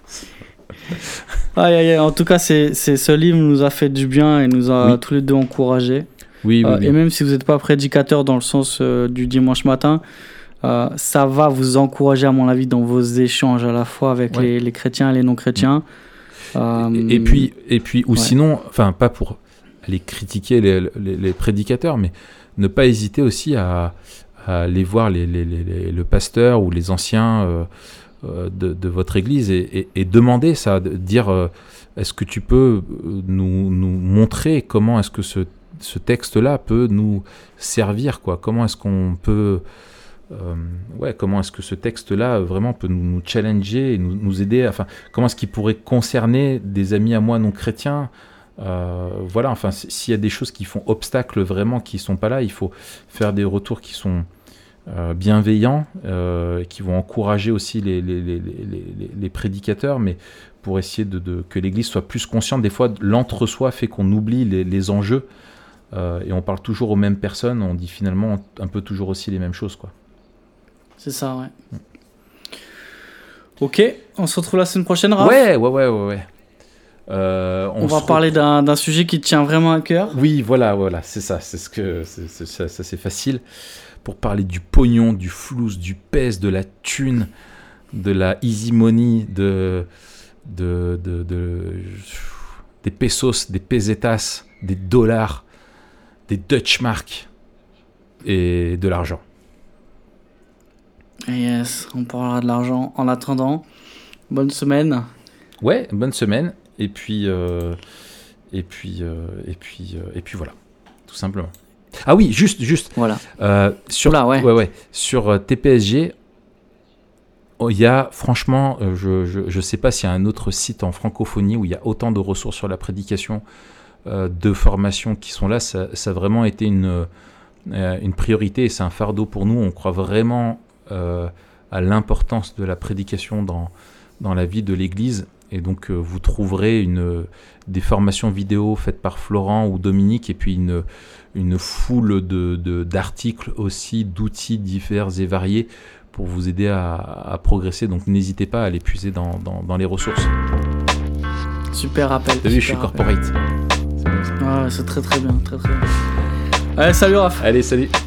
[SPEAKER 2] Aïe, aïe, aïe. En tout cas, c'est, c'est, ce livre nous a fait du bien et nous a oui. tous les deux encouragés.
[SPEAKER 1] Oui, oui,
[SPEAKER 2] euh,
[SPEAKER 1] oui.
[SPEAKER 2] Et même si vous n'êtes pas prédicateur dans le sens euh, du dimanche matin, euh, ça va vous encourager, à mon avis, dans vos échanges à la fois avec ouais. les, les chrétiens et les non-chrétiens.
[SPEAKER 1] Mmh. Euh, et, et puis, et puis ou ouais. sinon, enfin, pas pour aller critiquer les, les, les prédicateurs, mais ne pas hésiter aussi à, à aller voir les, les, les, les, le pasteur ou les anciens euh, euh, de, de votre église et, et, et demander ça, de dire euh, est-ce que tu peux nous, nous montrer comment est-ce que ce, ce texte-là peut nous servir, quoi, comment est-ce qu'on peut euh, ouais, comment est-ce que ce texte-là vraiment peut nous, nous challenger et nous, nous aider, enfin, comment est-ce qu'il pourrait concerner des amis à moi non chrétiens. Euh, voilà, enfin, s'il y a des choses qui font obstacle vraiment, qui sont pas là, il faut faire des retours qui sont euh, bienveillants, euh, qui vont encourager aussi les, les, les, les, les prédicateurs, mais pour essayer de, de, que l'Église soit plus consciente. Des fois, l'entre-soi fait qu'on oublie les, les enjeux euh, et on parle toujours aux mêmes personnes, on dit finalement un peu toujours aussi les mêmes choses, quoi.
[SPEAKER 2] C'est ça, ouais. Mm. Ok, on se retrouve la semaine prochaine, Raph.
[SPEAKER 1] Ouais, ouais, ouais, ouais, ouais. Euh, on
[SPEAKER 2] on va parler retrouve... d'un, d'un sujet qui te tient vraiment à cœur.
[SPEAKER 1] Oui, voilà, voilà, c'est ça, c'est ce que, c'est, c'est, ça, ça c'est facile pour parler du pognon, du flouze, du pèse, de la thune, de la easy money, de, de, de, de des pesos, des pesetas, des dollars, des Deutschmark et de l'argent.
[SPEAKER 2] Yes, on parlera de l'argent. En attendant, bonne semaine.
[SPEAKER 1] Ouais, bonne semaine. Et puis, euh, et puis, euh, et puis, euh, et puis voilà, tout simplement. Ah oui, juste, juste.
[SPEAKER 2] Voilà.
[SPEAKER 1] Euh, sur,
[SPEAKER 2] Là, ouais.
[SPEAKER 1] ouais, ouais, sur euh, T P S G, il y a, franchement, euh, je, je, je sais pas s'il y a un autre site en francophonie où il y a autant de ressources sur la prédication, euh, de formation qui sont là. Ça, ça a vraiment été une, euh, une priorité et c'est un fardeau pour nous. On croit vraiment euh, à l'importance de la prédication dans, dans la vie de l'Église. Et donc, euh, vous trouverez une, des formations vidéo faites par Florent ou Dominique et puis une, une foule de, de, d'articles aussi, d'outils divers et variés pour vous aider à, à progresser. Donc, n'hésitez pas à les puiser dans, dans, dans les ressources.
[SPEAKER 2] Super rappel.
[SPEAKER 1] T'as vu, je suis corporate.
[SPEAKER 2] C'est, bon, ça. Ah, c'est très très bien, très très bien. Allez, salut Raph.
[SPEAKER 1] Allez, salut.